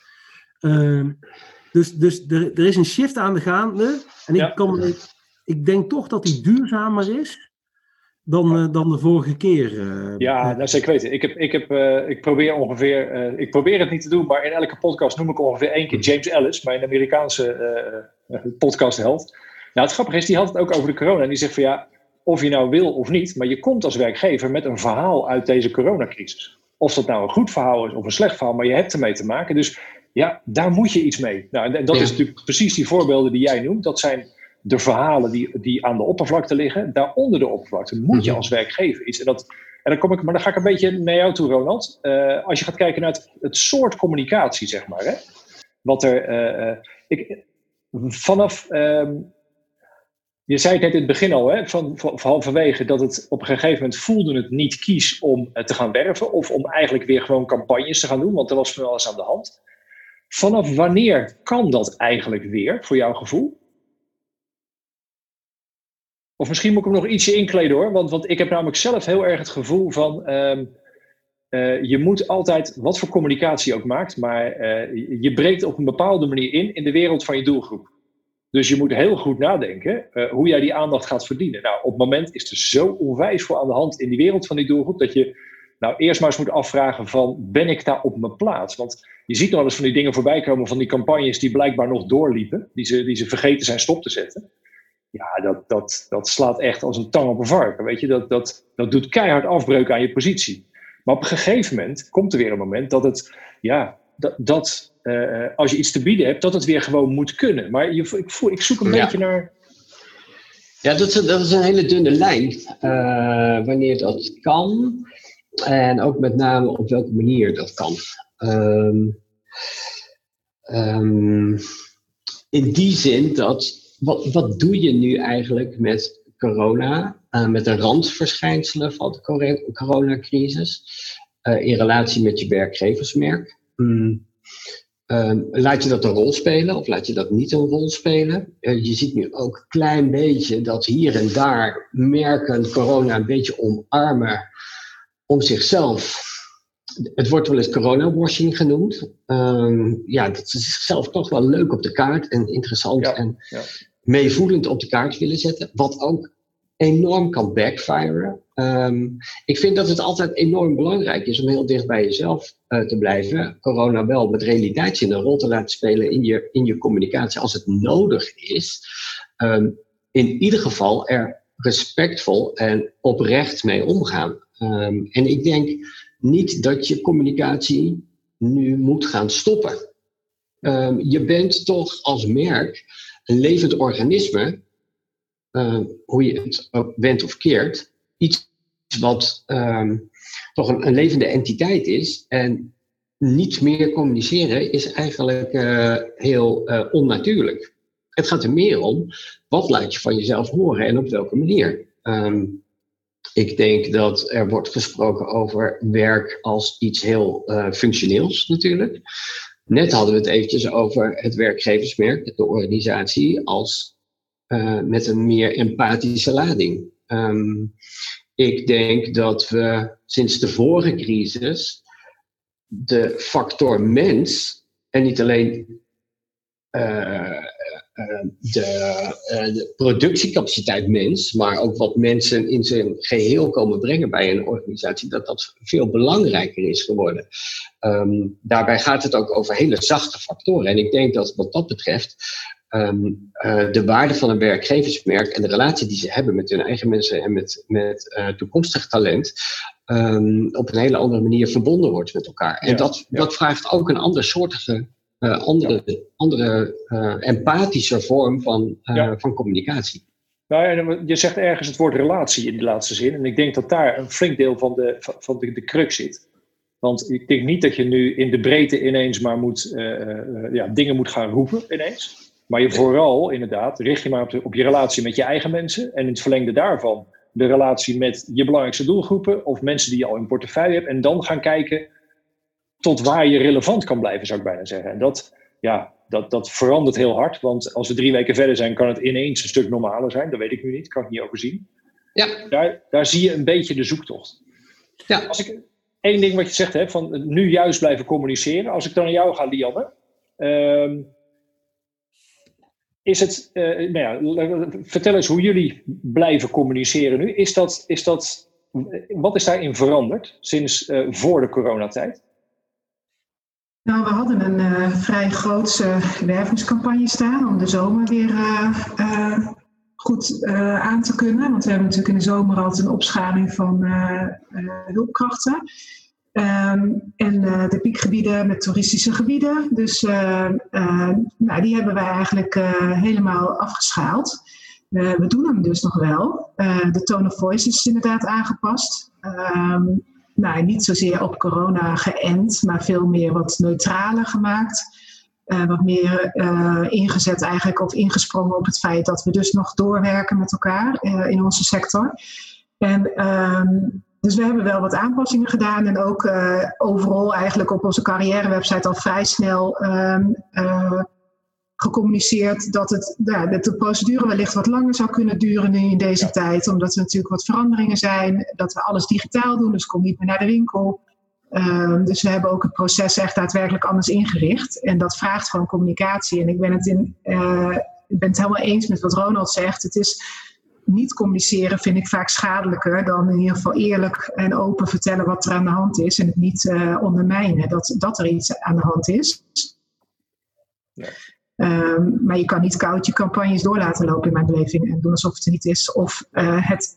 Dus er is een shift aan de gaande. En ik denk toch dat die duurzamer is dan de vorige keer. Nou zeker weten. Ik probeer het niet te doen, maar in elke podcast noem ik ongeveer 1 keer James Ellis, mijn Amerikaanse podcastheld. Nou, het grappige is, die had het ook over de corona. En die zegt van of je nou wil of niet, maar je komt als werkgever met een verhaal uit deze coronacrisis. Of dat nou een goed verhaal is of een slecht verhaal, maar je hebt ermee te maken. Dus daar moet je iets mee. Nou, en dat is natuurlijk precies die voorbeelden die jij noemt. Dat zijn de verhalen die aan de oppervlakte liggen. Daaronder de oppervlakte moet je als werkgever iets. Maar dan ga ik een beetje naar jou toe, Ronald. Als je gaat kijken naar het soort communicatie, zeg maar. Hè? Wat er... je zei het net in het begin al, hè, van halverwege, dat het op een gegeven moment voelde het niet kies om te gaan werven. Of om eigenlijk weer gewoon campagnes te gaan doen. Want er was van alles aan de hand. Vanaf wanneer kan dat eigenlijk weer, voor jouw gevoel? Of misschien moet ik hem nog ietsje inkleden, hoor. Want ik heb namelijk zelf heel erg het gevoel van... je moet altijd, wat voor communicatie je ook maakt... maar je breekt op een bepaalde manier in de wereld van je doelgroep. Dus je moet heel goed nadenken hoe jij die aandacht gaat verdienen. Nou, op het moment is er zo onwijs veel aan de hand in die wereld van die doelgroep... dat je eerst maar eens moet afvragen van, ben ik daar op mijn plaats? Want je ziet nog wel eens van die dingen voorbij komen van die campagnes die blijkbaar nog doorliepen. Die ze vergeten zijn stop te zetten. Ja, dat slaat echt als een tang op een varken. Weet je, dat doet keihard afbreuk aan je positie. Maar op een gegeven moment komt er weer een moment dat het, als je iets te bieden hebt, dat het weer gewoon moet kunnen. Maar ik zoek een beetje naar... Ja, dat is een hele dunne lijn. Wanneer dat kan. En ook met name op welke manier dat kan. In die zin dat wat doe je nu eigenlijk met corona, met de randverschijnselen van de coronacrisis, in relatie met je werkgeversmerk? Laat je dat een rol spelen of laat je dat niet een rol spelen? Je ziet nu ook een klein beetje dat hier en daar merken corona een beetje omarmen om zichzelf. Het wordt wel eens corona-washing genoemd. Dat ze zichzelf toch wel leuk op de kaart en interessant en meevoelend op de kaart willen zetten. Wat ook enorm kan backfiren. Ik vind dat het altijd enorm belangrijk is om heel dicht bij jezelf te blijven. Corona wel met realiteitszin een rol te laten spelen in je communicatie als het nodig is. In ieder geval er respectvol en oprecht mee omgaan. En ik denk niet dat je communicatie nu moet gaan stoppen. Je bent toch als merk een levend organisme, hoe je het ook wendt of keert, iets wat toch een levende entiteit is. En niet meer communiceren is eigenlijk heel onnatuurlijk. Het gaat er meer om, wat laat je van jezelf horen en op welke manier. Ik denk dat er wordt gesproken over werk als iets heel functioneels natuurlijk. Net hadden we het eventjes over het werkgeversmerk, de organisatie, als met een meer empathische lading. Ik denk dat we sinds de vorige crisis de factor mens, en niet alleen de productiecapaciteit mens, maar ook wat mensen in zijn geheel komen brengen bij een organisatie, dat veel belangrijker is geworden. Daarbij gaat het ook over hele zachte factoren. En ik denk dat wat dat betreft de waarde van een werkgeversmerk en de relatie die ze hebben met hun eigen mensen en met toekomstig talent op een hele andere manier verbonden wordt met elkaar. En dat vraagt ook een andersoortige andere empathische vorm van communicatie. Nou, je zegt ergens het woord relatie in die laatste zin. En ik denk dat daar een flink deel van de crux zit. Want ik denk niet dat je nu in de breedte ineens maar dingen moet gaan roepen ineens. Maar je vooral inderdaad richt je maar op je relatie met je eigen mensen. En in het verlengde daarvan de relatie met je belangrijkste doelgroepen. Of mensen die je al in portefeuille hebt. En dan gaan kijken tot waar je relevant kan blijven, zou ik bijna zeggen. En dat verandert heel hard. Want als we 3 weken verder zijn, kan het ineens een stuk normaler zijn. Dat weet ik nu niet, kan ik niet overzien. Ja. Daar zie je een beetje de zoektocht. Ja. Als ik één ding wat je zegt, hè, van nu juist blijven communiceren. Als ik dan naar jou ga, Lianne. Is het, vertel eens hoe jullie blijven communiceren nu. Wat is daarin veranderd sinds voor de coronatijd? Nou, we hadden een vrij grootse wervingscampagne staan om de zomer weer goed aan te kunnen. Want we hebben natuurlijk in de zomer altijd een opschaling van hulpkrachten. En de piekgebieden met toeristische gebieden. Dus die hebben wij eigenlijk helemaal afgeschaald. We doen hem dus nog wel. De tone of voice is inderdaad aangepast. Niet zozeer op corona geënt, maar veel meer wat neutraler gemaakt. Wat meer ingezet eigenlijk of ingesprongen op het feit dat we dus nog doorwerken met elkaar in onze sector. En dus we hebben wel wat aanpassingen gedaan en ook overal eigenlijk op onze carrièrewebsite al vrij snel gecommuniceerd dat de procedure wellicht wat langer zou kunnen duren nu in deze tijd. Omdat er natuurlijk wat veranderingen zijn. Dat we alles digitaal doen, dus kom niet meer naar de winkel. Dus we hebben ook het proces echt daadwerkelijk anders ingericht. En dat vraagt gewoon communicatie. En ik ben het helemaal eens met wat Ronald zegt. Het is niet communiceren vind ik vaak schadelijker dan in ieder geval eerlijk en open vertellen wat er aan de hand is. En het niet ondermijnen dat er iets aan de hand is. Ja. Maar je kan niet koud je campagnes door laten lopen in mijn beleving en doen alsof het er niet is. Of het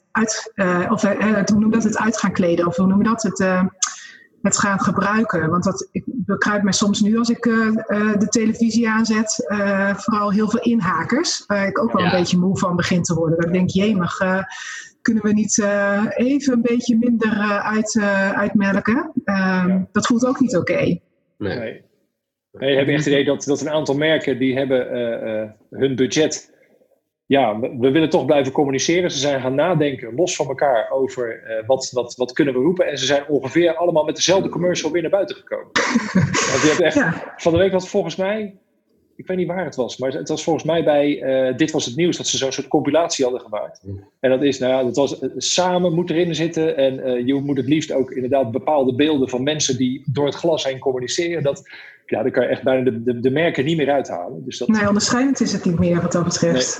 uit gaan kleden. Of hoe noemen we dat? Het gaan gebruiken. Want ik bekruip mij soms nu als ik de televisie aanzet. Vooral heel veel inhakers. Waar ik ook wel een beetje moe van begin te worden. Dat ik denk, jemig, kunnen we niet even een beetje minder uitmelken? Dat voelt ook niet oké. Nee, je hebt echt het idee dat een aantal merken die hebben hun budget we willen toch blijven communiceren. Ze zijn gaan nadenken, los van elkaar, over wat kunnen we roepen. En ze zijn ongeveer allemaal met dezelfde commercial weer naar buiten gekomen. Want je hebt echt, van de week was volgens mij, ik weet niet waar het was, maar het was volgens mij bij Dit Was Het Nieuws, dat ze zo'n soort compilatie hadden gemaakt. En dat is, dat was samen moet erin zitten. En je moet het liefst ook inderdaad bepaalde beelden van mensen die door het glas heen communiceren. Daar kan je echt bijna de merken niet meer uithalen. Dus dat... Nee, onderscheidend is het niet meer wat dat betreft.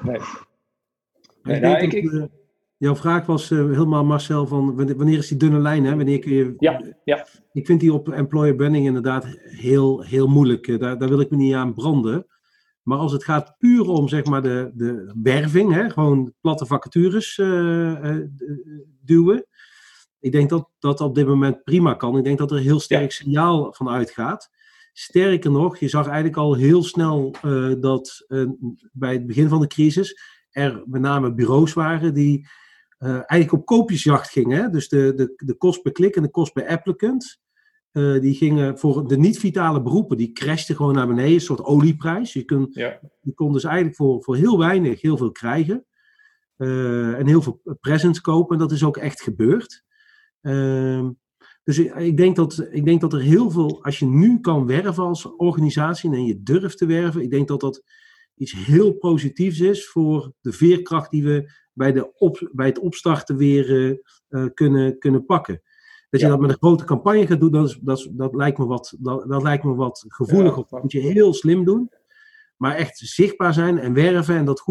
Nee. Jouw vraag was helemaal, Marcel, van wanneer is die dunne lijn? Hè? Wanneer kun je... Ja. Ik vind die op employer branding inderdaad heel, heel moeilijk. Daar wil ik me niet aan branden. Maar als het gaat puur om zeg maar de werving, hè? Gewoon platte vacatures duwen. Ik denk dat op dit moment prima kan. Ik denk dat er een heel sterk signaal van uitgaat. Sterker nog, je zag eigenlijk al heel snel dat bij het begin van de crisis er met name bureaus waren die eigenlijk op koopjesjacht gingen. Hè? Dus de kost per klik en de kost per applicant. Die gingen voor de niet-vitale beroepen, die crashten gewoon naar beneden. Een soort olieprijs. Je kon dus eigenlijk voor heel weinig heel veel krijgen. En heel veel presents kopen. En dat is ook echt gebeurd. Dus ik denk dat er heel veel, als je nu kan werven als organisatie en je durft te werven, ik denk dat dat iets heel positiefs is voor de veerkracht die we bij het opstarten weer kunnen pakken. Dat je dat met een grote campagne gaat doen, dat lijkt me wat gevoelig. Dat moet je heel slim doen. Maar echt zichtbaar zijn en werven en dat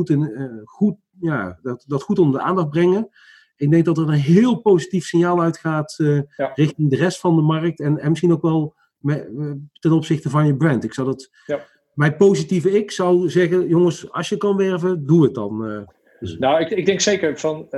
goed onder de aandacht brengen. Ik denk dat er een heel positief signaal uitgaat richting de rest van de markt. En misschien ook wel ten opzichte van je brand. Ik zou dat... Mijn positieve ik zou zeggen, jongens, als je kan werven, doe het dan. Nou, ik denk zeker van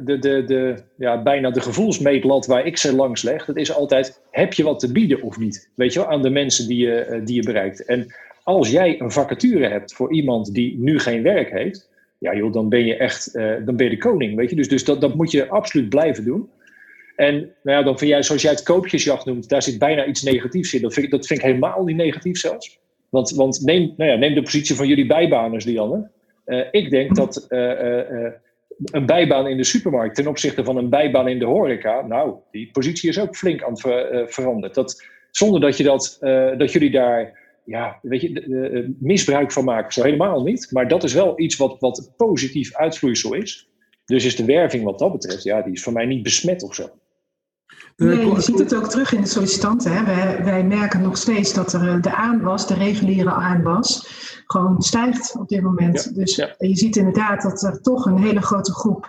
bijna de gevoelsmeetlat waar ik ze langs leg. Dat is altijd, heb je wat te bieden of niet? Weet je wel, aan de mensen die je bereikt. En als jij een vacature hebt voor iemand die nu geen werk heeft, dan ben je echt, dan ben je de koning, weet je. Dus dat moet je absoluut blijven doen. En dan vind jij, zoals jij het koopjesjacht noemt, daar zit bijna iets negatiefs in. Dat vind ik helemaal niet negatief zelfs. Want neem de positie van jullie bijbaners, Lianne. Ik denk dat een bijbaan in de supermarkt ten opzichte van een bijbaan in de horeca, die positie is ook flink aan het veranderen. Zonder dat jullie daar misbruik van maken, zo helemaal niet. Maar dat is wel iets wat positief uitvloeisel is. Dus is de werving wat dat betreft, die is voor mij niet besmet of zo. Nee, je ziet het ook terug in de sollicitanten. Hè. Wij merken nog steeds dat er de reguliere aanwas, gewoon stijgt op dit moment. Je ziet inderdaad dat er toch een hele grote groep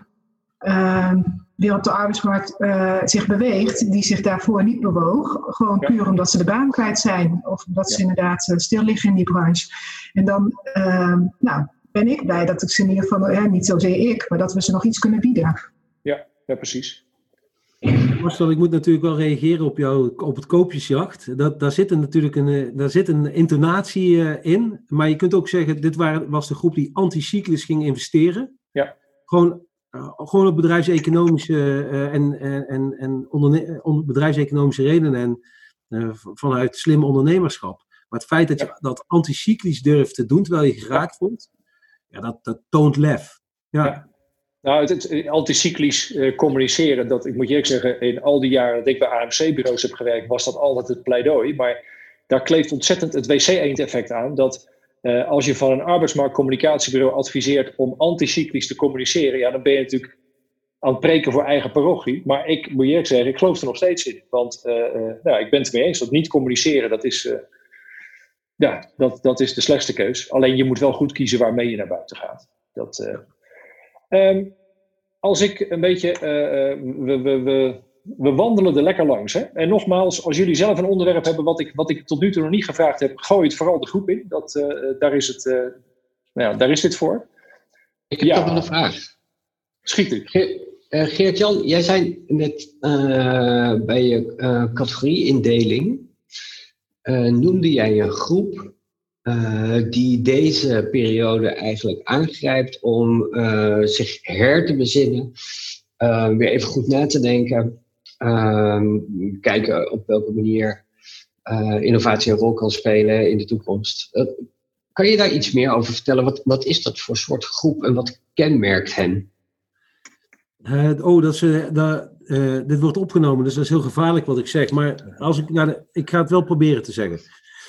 weer op de arbeidsmarkt zich beweegt, die zich daarvoor niet bewoog. Gewoon puur omdat ze de baan kwijt zijn. Of omdat ze inderdaad stil liggen in die branche. En dan ben ik blij dat ik ze in ieder geval, niet zozeer ik, maar dat we ze nog iets kunnen bieden. Ja, precies. Marcel, ik moet natuurlijk wel reageren op het koopjesjacht. Daar zit een intonatie in. Maar je kunt ook zeggen, dit was de groep die anticyclisch ging investeren. Ja. Gewoon op bedrijfseconomische en bedrijfseconomische redenen en vanuit slim ondernemerschap. Maar het feit dat je dat anticyclisch durft te doen terwijl je geraakt wordt, dat toont lef. Ja. Nou, het anticyclisch communiceren, ik moet je eerlijk zeggen, in al die jaren dat ik bij AMC-bureaus heb gewerkt, was dat altijd het pleidooi. Maar daar kleeft ontzettend het wc-eend-effect aan, dat als je van een arbeidsmarktcommunicatiebureau adviseert om anticyclisch te communiceren, dan ben je natuurlijk aan het preken voor eigen parochie. Maar ik moet je eerlijk zeggen, ik geloof er nog steeds in. Want ik ben het mee eens dat niet communiceren, dat is de slechtste keus. Alleen je moet wel goed kiezen waarmee je naar buiten gaat. Als ik een beetje, we wandelen er lekker langs. Hè? En nogmaals, als jullie zelf een onderwerp hebben wat ik tot nu toe nog niet gevraagd heb, gooi het vooral de groep in. Daar is dit voor. Ik heb toch wel een vraag. Schiet u. Geert-Jan, jij zei net bij je categorieindeling, noemde jij een groep die deze periode eigenlijk aangrijpt om zich her te bezinnen, weer even goed na te denken, kijken op welke manier innovatie een rol kan spelen in de toekomst. Kan je daar iets meer over vertellen? Wat is dat voor soort groep en wat kenmerkt hen? Dit wordt opgenomen, dus dat is heel gevaarlijk wat ik zeg. Maar ik ga het wel proberen te zeggen.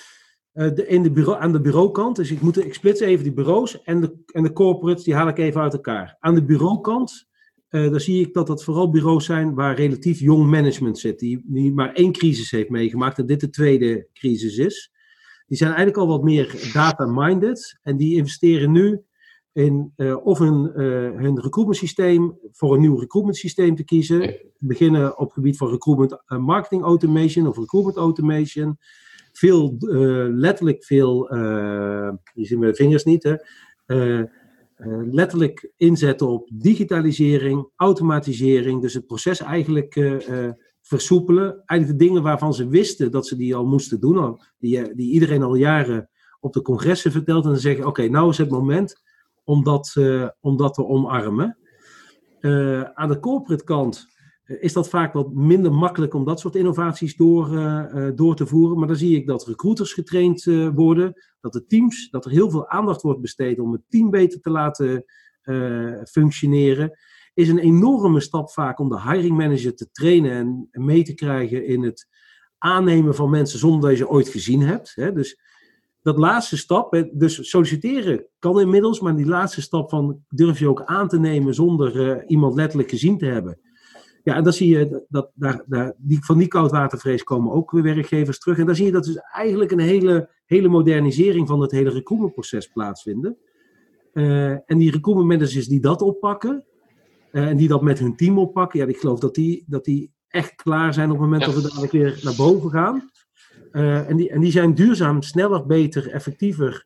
Aan de bureaukant, dus ik splits even die bureaus en de corporates, die haal ik even uit elkaar. Aan de bureaukant, daar zie ik dat dat vooral bureaus zijn waar relatief jong management zit, die maar 1 crisis heeft meegemaakt en dit de tweede crisis is. Die zijn eigenlijk al wat meer data-minded en die investeren nu in hun recruitment systeem voor een nieuw recruitment systeem te kiezen. Beginnen op het gebied van recruitment marketing automation of recruitment automation. Letterlijk veel, je ziet mijn vingers niet, hè. Letterlijk inzetten op digitalisering, automatisering, dus het proces eigenlijk versoepelen. Eigenlijk de dingen waarvan ze wisten dat ze die al moesten doen, die iedereen al jaren op de congressen vertelt en dan zeggen, oké, nou is het moment om dat te omarmen. Aan de corporate kant is dat vaak wat minder makkelijk om dat soort innovaties door te voeren. Maar dan zie ik dat recruiters getraind worden, dat er heel veel aandacht wordt besteed om het team beter te laten functioneren. Is een enorme stap vaak om de hiring manager te trainen en mee te krijgen in het aannemen van mensen zonder dat je ze ooit gezien hebt. Hè? Dus dat laatste stap, dus solliciteren kan inmiddels, maar die laatste stap van durf je ook aan te nemen zonder iemand letterlijk gezien te hebben. Ja, en dan zie je van die koudwatervrees komen ook weer werkgevers terug. En dan zie je dat dus eigenlijk een hele modernisering van het hele recruitmentproces plaatsvinden. En die recruitment managers die dat oppakken, en die dat met hun team oppakken, ja, ik geloof dat die echt klaar zijn op het moment dat we dadelijk weer naar boven gaan. En die zijn duurzaam, sneller, beter, effectiever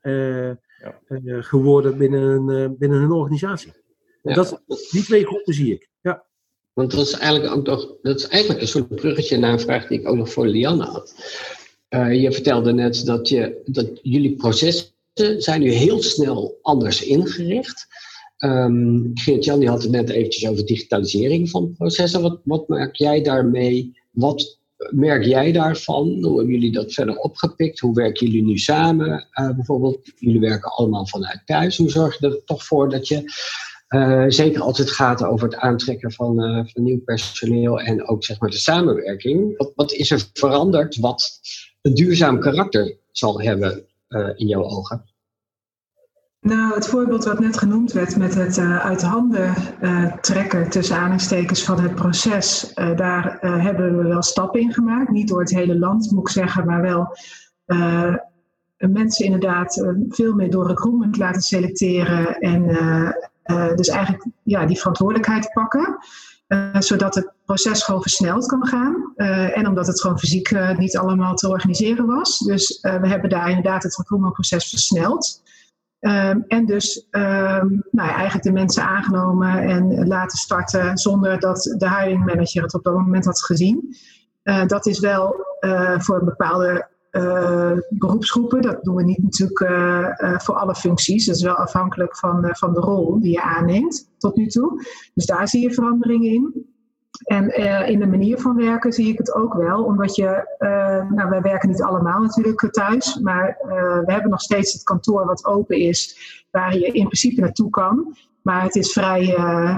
geworden binnen hun organisatie. Ja. Die 2 groepen zie ik. Ja. Want dat is eigenlijk een soort bruggetje naar een vraag die ik ook nog voor Lianne had. Je vertelde net dat jullie processen zijn nu heel snel anders ingericht. Geert-Jan die had het net eventjes over digitalisering van processen. Wat merk jij daarmee? Wat merk jij daarvan? Hoe hebben jullie dat verder opgepikt? Hoe werken jullie nu samen? Bijvoorbeeld, jullie werken allemaal vanuit thuis. Hoe zorg je er toch voor dat je, zeker als het gaat over het aantrekken van nieuw personeel en ook zeg maar de samenwerking, wat is er veranderd wat een duurzaam karakter zal hebben in jouw ogen? Nou, het voorbeeld wat net genoemd werd met het uit handen trekken tussen aanhalingstekens van het proces, daar hebben we wel stappen in gemaakt. Niet door het hele land, moet ik zeggen, maar wel mensen inderdaad veel meer door recruitment laten selecteren en dus eigenlijk die verantwoordelijkheid pakken. Zodat het proces gewoon versneld kan gaan. En omdat het gewoon fysiek niet allemaal te organiseren was. Dus we hebben daar inderdaad het recruitmentproces versneld. En dus eigenlijk de mensen aangenomen en laten starten zonder dat de hiring manager het op dat moment had gezien. Dat is wel voor bepaalde beroepsgroepen. Dat doen we niet natuurlijk voor alle functies. Dat is wel afhankelijk van de rol die je aanneemt tot nu toe. Dus daar zie je veranderingen in. En in de manier van werken zie ik het ook wel. Omdat wij werken niet allemaal natuurlijk thuis. Maar we hebben nog steeds het kantoor wat open is. Waar je in principe naartoe kan. Maar het is vrij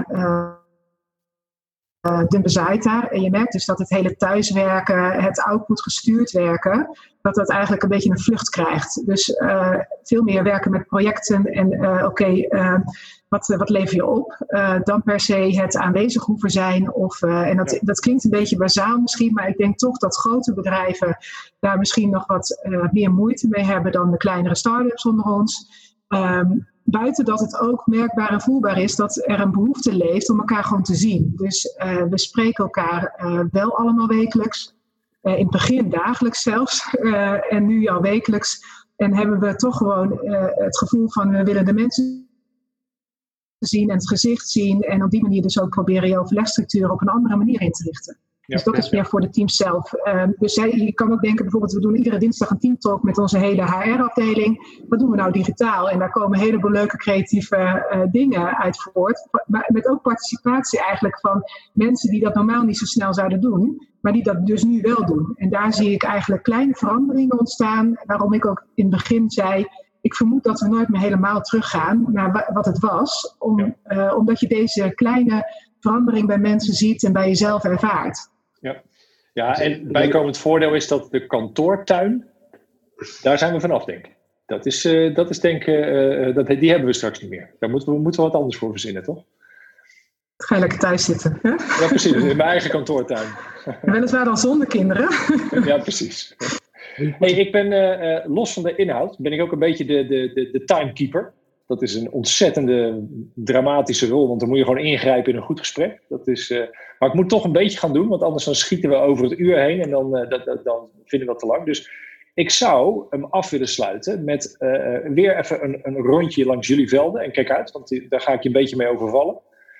dun bezaaid daar. En je merkt dus dat het hele thuiswerken, het output gestuurd werken, dat eigenlijk een beetje een vlucht krijgt. Dus veel meer werken met projecten en wat lever je op? Dan per se het aanwezig hoeven zijn. Dat klinkt een beetje bazaal misschien, maar ik denk toch dat grote bedrijven daar misschien nog wat meer moeite mee hebben dan de kleinere start-ups onder ons. Buiten dat het ook merkbaar en voelbaar is dat er een behoefte leeft om elkaar gewoon te zien. Dus we spreken elkaar wel allemaal wekelijks. In het begin dagelijks zelfs. En nu al wekelijks. En hebben we toch gewoon het gevoel van we willen de mensen zien en het gezicht zien. En op die manier dus ook proberen je overlegstructuur op een andere manier in te richten. Dus dat is meer voor de teams zelf. Dus je kan ook denken, bijvoorbeeld, we doen iedere dinsdag een teamtalk met onze hele HR-afdeling. Wat doen we nou digitaal? En daar komen een heleboel leuke creatieve dingen uit voort. Maar met ook participatie eigenlijk van mensen die dat normaal niet zo snel zouden doen. Maar die dat dus nu wel doen. En daar zie ik eigenlijk kleine veranderingen ontstaan. Waarom ik ook in het begin zei, ik vermoed dat we nooit meer helemaal teruggaan naar wat het was. Omdat je deze kleine verandering bij mensen ziet en bij jezelf ervaart. Ja, en bijkomend voordeel is dat de kantoortuin, daar zijn we vanaf, denk ik. Dat is denk ik, die hebben we straks niet meer. Daar moeten we wat anders voor verzinnen, toch? Ga je lekker thuis zitten. Hè? Ja, precies. In mijn eigen kantoortuin. Weliswaar dan zonder kinderen. Ja, precies. Hey, ik ben los van de inhoud, ben ik ook een beetje de timekeeper. Dat is een ontzettende dramatische rol, want dan moet je gewoon ingrijpen in een goed gesprek. Maar ik moet toch een beetje gaan doen, want anders dan schieten we over het uur heen en dan vinden we dat te lang. Dus ik zou hem af willen sluiten met weer even een rondje langs jullie velden. En kijk uit, want daar ga ik je een beetje mee overvallen.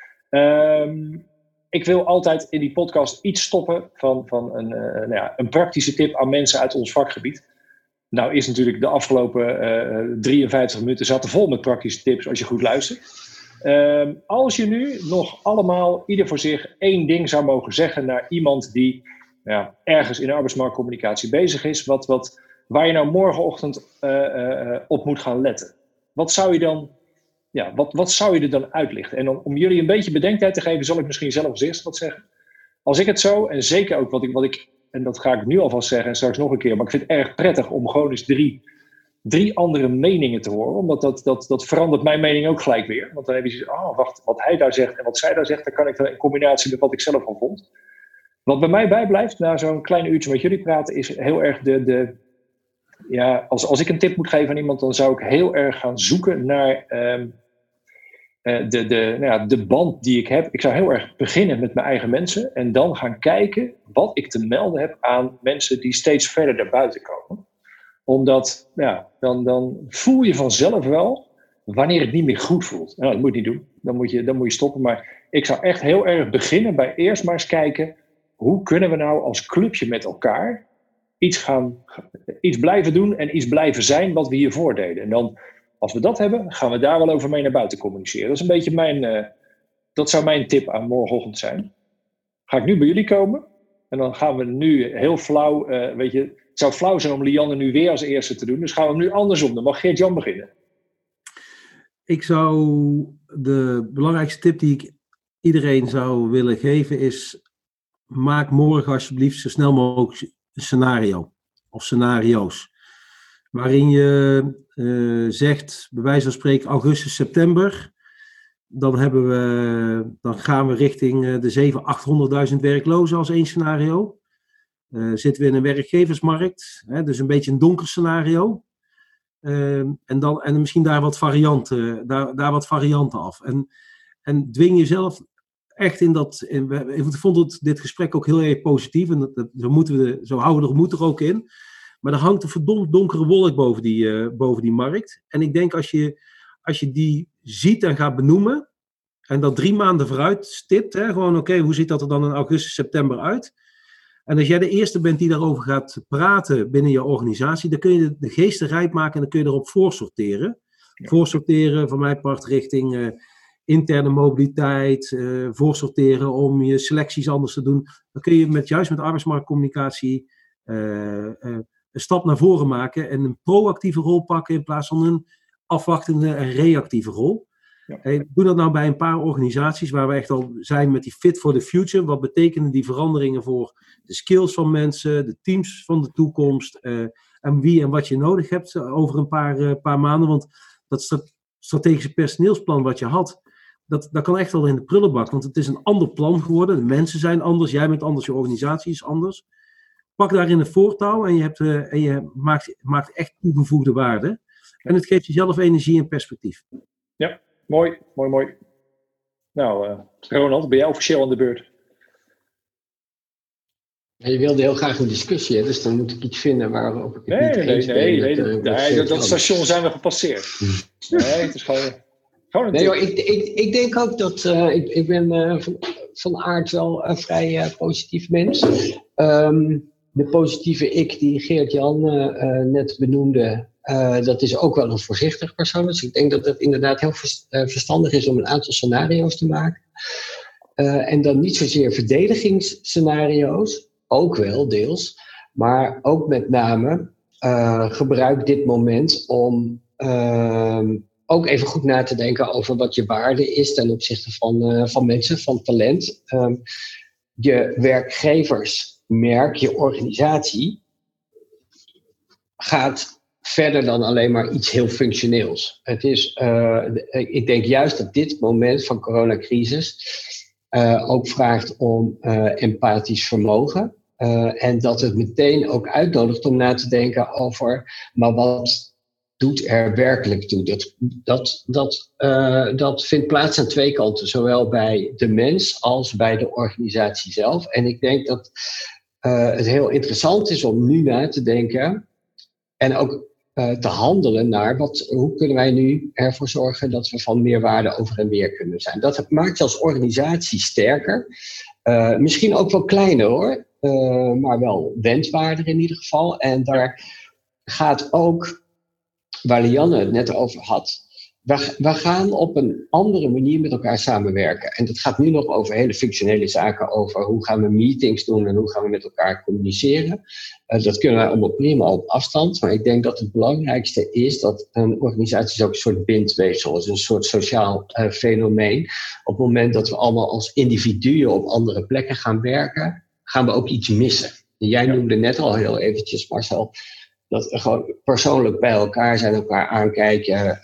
Ik wil altijd in die podcast iets stoppen van een praktische tip aan mensen uit ons vakgebied. Nou is natuurlijk de afgelopen 53 minuten zaten vol met praktische tips als je goed luistert. Als je nu nog allemaal, ieder voor zich, 1 ding zou mogen zeggen naar iemand die ergens in de arbeidsmarktcommunicatie bezig is, waar je nou morgenochtend op moet gaan letten. Wat zou je dan... wat zou je er dan uitlichten? En om jullie een beetje bedenktijd te geven, zal ik misschien zelf als eerste wat zeggen. Als ik het zo, en zeker ook wat ik en dat ga ik nu alvast zeggen en straks nog een keer, maar ik vind het erg prettig om gewoon eens drie andere meningen te horen. Omdat dat verandert mijn mening ook gelijk weer. Want dan heb je zoiets, wacht, wat hij daar zegt en wat zij daar zegt, dan kan ik dan in combinatie met wat ik zelf al vond. Wat bij mij bijblijft, na zo'n klein uurtje met jullie praten, is heel erg als ik een tip moet geven aan iemand, dan zou ik heel erg gaan zoeken naar de band die ik heb. Ik zou heel erg beginnen met mijn eigen mensen en dan gaan kijken wat ik te melden heb aan mensen die steeds verder daarbuiten komen. Omdat, dan voel je vanzelf wel wanneer het niet meer goed voelt. Nou, dat moet je niet doen. Dan moet je stoppen. Maar ik zou echt heel erg beginnen bij eerst maar eens kijken, hoe kunnen we nou als clubje met elkaar iets blijven doen en iets blijven zijn wat we hiervoor deden. En dan, als we dat hebben, gaan we daar wel over mee naar buiten communiceren. Dat is een beetje dat zou mijn tip aan morgenochtend zijn. Ga ik nu bij jullie komen en dan gaan we nu heel flauw, het zou flauw zijn om Lianne nu weer als eerste te doen, dus gaan we hem nu andersom. Dan mag Geert-Jan beginnen. Ik zou de belangrijkste tip die ik iedereen zou willen geven is, maak morgen alsjeblieft zo snel mogelijk een scenario of scenario's. Waarin je zegt, bij wijze van spreken, augustus, september. Dan gaan we richting de 700.000-800.000 werklozen als 1 scenario. Zitten we in een werkgeversmarkt, dus een beetje een donker scenario. En misschien daar wat varianten af. En dwing jezelf echt in dat. Ik vond dit gesprek ook heel erg positief. En zo houden we de moed er ook in. Maar er hangt een verdomd donkere wolk boven die markt. En ik denk als je die ziet en gaat benoemen. En dat 3 maanden vooruit stipt. Gewoon oké, hoe ziet dat er dan in augustus, september uit? En als jij de eerste bent die daarover gaat praten binnen je organisatie. Dan kun je de geesten rijp maken en dan kun je erop voorsorteren. Ja. Voorsorteren van mijn part richting interne mobiliteit. Voorsorteren om je selecties anders te doen. Dan kun je juist met arbeidsmarktcommunicatie een stap naar voren maken. En een proactieve rol pakken in plaats van een afwachtende en reactieve rol. Ja. Doe dat nou bij een paar organisaties waar we echt al zijn met die fit for the future. Wat betekenen die veranderingen voor de skills van mensen, de teams van de toekomst en wie en wat je nodig hebt over een paar maanden. Want dat strategische personeelsplan wat je had, dat kan echt wel in de prullenbak. Want het is een ander plan geworden. De mensen zijn anders, jij bent anders, je organisatie is anders. Pak daarin een voortouw en je maakt echt toegevoegde waarde. En het geeft jezelf energie en perspectief. Ja. Mooi. Nou, Ronald, ben jij officieel aan de beurt? Ja, je wilde heel graag een discussie, dus dan moet ik iets vinden waarop ik het niet eens ben. Nee, dat station zijn we gepasseerd. Nee, het is gewoon nee, hoor, ik denk ook dat ik ben van aard wel een vrij positief mens. De positieve ik die Geert-Jan net benoemde, dat is ook wel een voorzichtig persoon. Dus ik denk dat het inderdaad heel verstandig is om een aantal scenario's te maken. En dan niet zozeer verdedigingsscenario's, ook wel deels. Maar ook met name gebruik dit moment om ook even goed na te denken over wat je waarde is ten opzichte van mensen, van talent. Je werkgeversmerk, je organisatie gaat verder dan alleen maar iets heel functioneels. Het is, ik denk juist dat dit moment van coronacrisis ook vraagt om empathisch vermogen. En dat het meteen ook uitnodigt om na te denken over, maar wat doet er werkelijk toe? Dat vindt plaats aan twee kanten, zowel bij de mens als bij de organisatie zelf. En ik denk dat het heel interessant is om nu na te denken en ook te handelen naar hoe kunnen wij nu ervoor zorgen dat we van meerwaarde over en weer kunnen zijn. Dat maakt je als organisatie sterker. Misschien ook wel kleiner hoor, maar wel wenswaardig in ieder geval. En daar gaat ook, waar Lianne het net over had, we gaan op een andere manier met elkaar samenwerken. En dat gaat nu nog over hele functionele zaken, over hoe gaan we meetings doen en hoe gaan we met elkaar communiceren. Dat kunnen wij allemaal prima op afstand, maar ik denk dat het belangrijkste is dat een organisatie is ook een soort bindweefsel is, een soort sociaal fenomeen. Op het moment dat we allemaal als individuen op andere plekken gaan werken, gaan we ook iets missen. Jij noemde net al heel eventjes, Marcel, dat we gewoon persoonlijk bij elkaar zijn, elkaar aankijken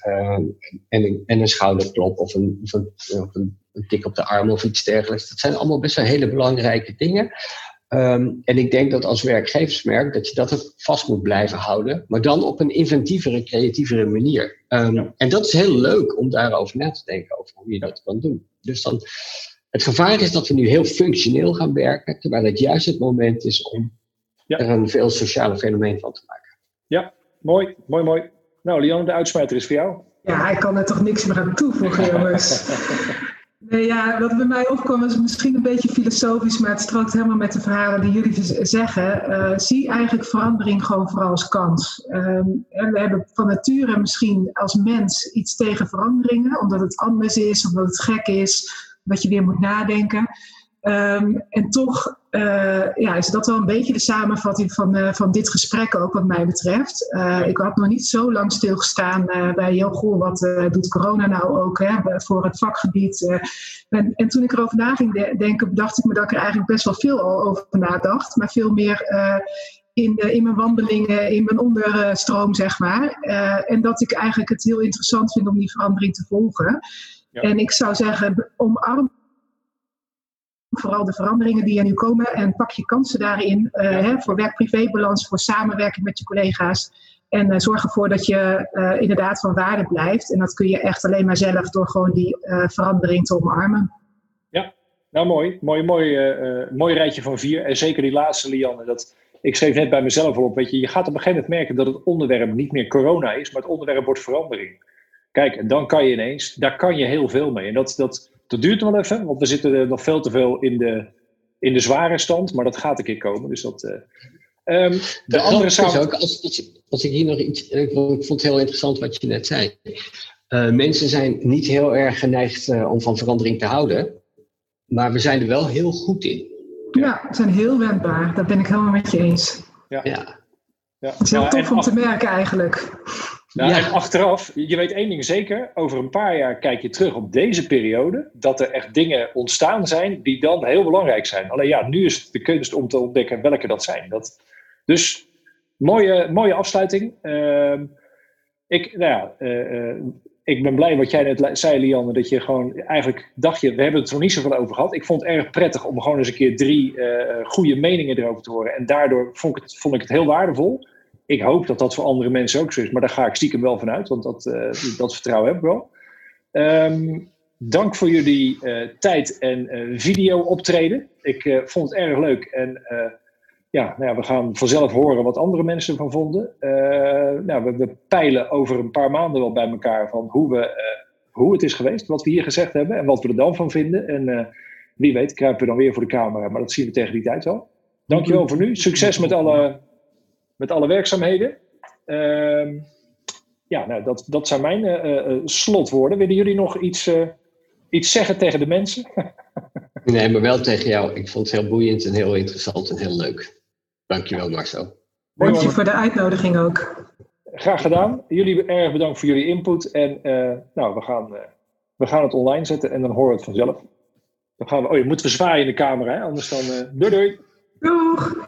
en een schouderklop of een tik op de arm of iets dergelijks. Dat zijn allemaal best wel hele belangrijke dingen. En ik denk dat als werkgeversmerk dat je dat ook vast moet blijven houden, maar dan op een inventievere, creatievere manier. En dat is heel leuk om daarover na te denken, over hoe je dat kan doen. Dus dan, het gevaar is dat we nu heel functioneel gaan werken, terwijl het juist het moment is om er een veel sociale fenomeen van te maken. Ja, mooi. Nou, Lianne, de uitsmijter is voor jou. Ja, ik kan er toch niks meer aan toevoegen, jongens. Nee, ja, wat bij mij opkwam is misschien een beetje filosofisch, maar het strookt helemaal met de verhalen die jullie zeggen. Zie eigenlijk verandering gewoon vooral als kans. We hebben van nature misschien als mens iets tegen veranderingen, omdat het anders is, omdat het gek is, dat je weer moet nadenken. En toch is dat wel een beetje de samenvatting van dit gesprek ook wat mij betreft. Ik had nog niet zo lang stilgestaan bij wat doet corona nou ook voor het vakgebied. En toen ik erover na ging denken, bedacht ik me dat ik er eigenlijk best wel veel al over nadacht. Maar veel meer in mijn wandelingen, in mijn onderstroom zeg maar. En dat ik eigenlijk het heel interessant vind om die verandering te volgen. Ja. En ik zou zeggen, omarm vooral de veranderingen die er nu komen en pak je kansen daarin voor werk-privé-balans, voor samenwerking met je collega's. En zorg ervoor dat je inderdaad van waarde blijft. En dat kun je echt alleen maar zelf door gewoon die verandering te omarmen. Ja, nou mooi rijtje van 4. En zeker die laatste, Lianne. Ik schreef net bij mezelf op, weet je gaat op een gegeven moment merken dat het onderwerp niet meer corona is, maar het onderwerp wordt verandering. Kijk, en dan kan je ineens, daar kan je heel veel mee. En dat duurt wel even, want we zitten nog veel te veel in de zware stand, maar dat gaat een keer komen. Dus de andere is ook, als ik hier nog iets, ik vond het heel interessant wat je net zei. Mensen zijn niet heel erg geneigd om van verandering te houden, maar we zijn er wel heel goed in. Ja, we zijn heel wendbaar, dat ben ik helemaal met je eens. Ja. Het is heel tof om te merken eigenlijk. Nou, en achteraf, je weet één ding zeker, over een paar jaar kijk je terug op deze periode, dat er echt dingen ontstaan zijn die dan heel belangrijk zijn. Alleen nu is het de kunst om te ontdekken welke dat zijn. Dus mooie afsluiting. Ik ben blij wat jij net zei, Lianne, dat je gewoon eigenlijk dacht, we hebben het er nog niet zoveel over gehad. Ik vond het erg prettig om gewoon eens een keer 3 goede meningen erover te horen. En daardoor vond ik het heel waardevol. Ik hoop dat dat voor andere mensen ook zo is, maar daar ga ik stiekem wel vanuit, want dat vertrouwen heb ik wel. Dank voor jullie tijd en video optreden. Ik vond het erg leuk en we gaan vanzelf horen wat andere mensen ervan vonden. We peilen over een paar maanden wel bij elkaar van hoe het is geweest, wat we hier gezegd hebben en wat we er dan van vinden. En wie weet kruipen we dan weer voor de camera, maar dat zien we tegen die tijd wel. Dankjewel voor nu. Succes met alle werkzaamheden. Dat zijn mijn slotwoorden. Willen jullie nog iets zeggen tegen de mensen? Nee, maar wel tegen jou. Ik vond het heel boeiend en heel interessant en heel leuk. Dankjewel, Marcel. Dank je voor de uitnodiging ook. Graag gedaan. Jullie erg bedankt voor jullie input. En we gaan het online zetten en dan horen we het vanzelf. Dan gaan we, moeten we zwaaien in de camera, hè? Anders dan... doei! Doeg!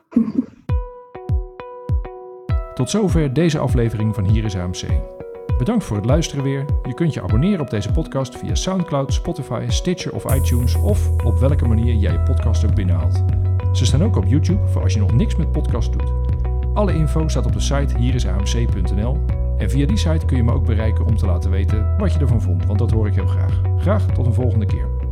Tot zover deze aflevering van Hier is AMC. Bedankt voor het luisteren weer. Je kunt je abonneren op deze podcast via SoundCloud, Spotify, Stitcher of iTunes of op welke manier jij je podcast ook binnenhaalt. Ze staan ook op YouTube voor als je nog niks met podcast doet. Alle info staat op de site hierisamc.nl en via die site kun je me ook bereiken om te laten weten wat je ervan vond, want dat hoor ik heel graag. Graag tot een volgende keer.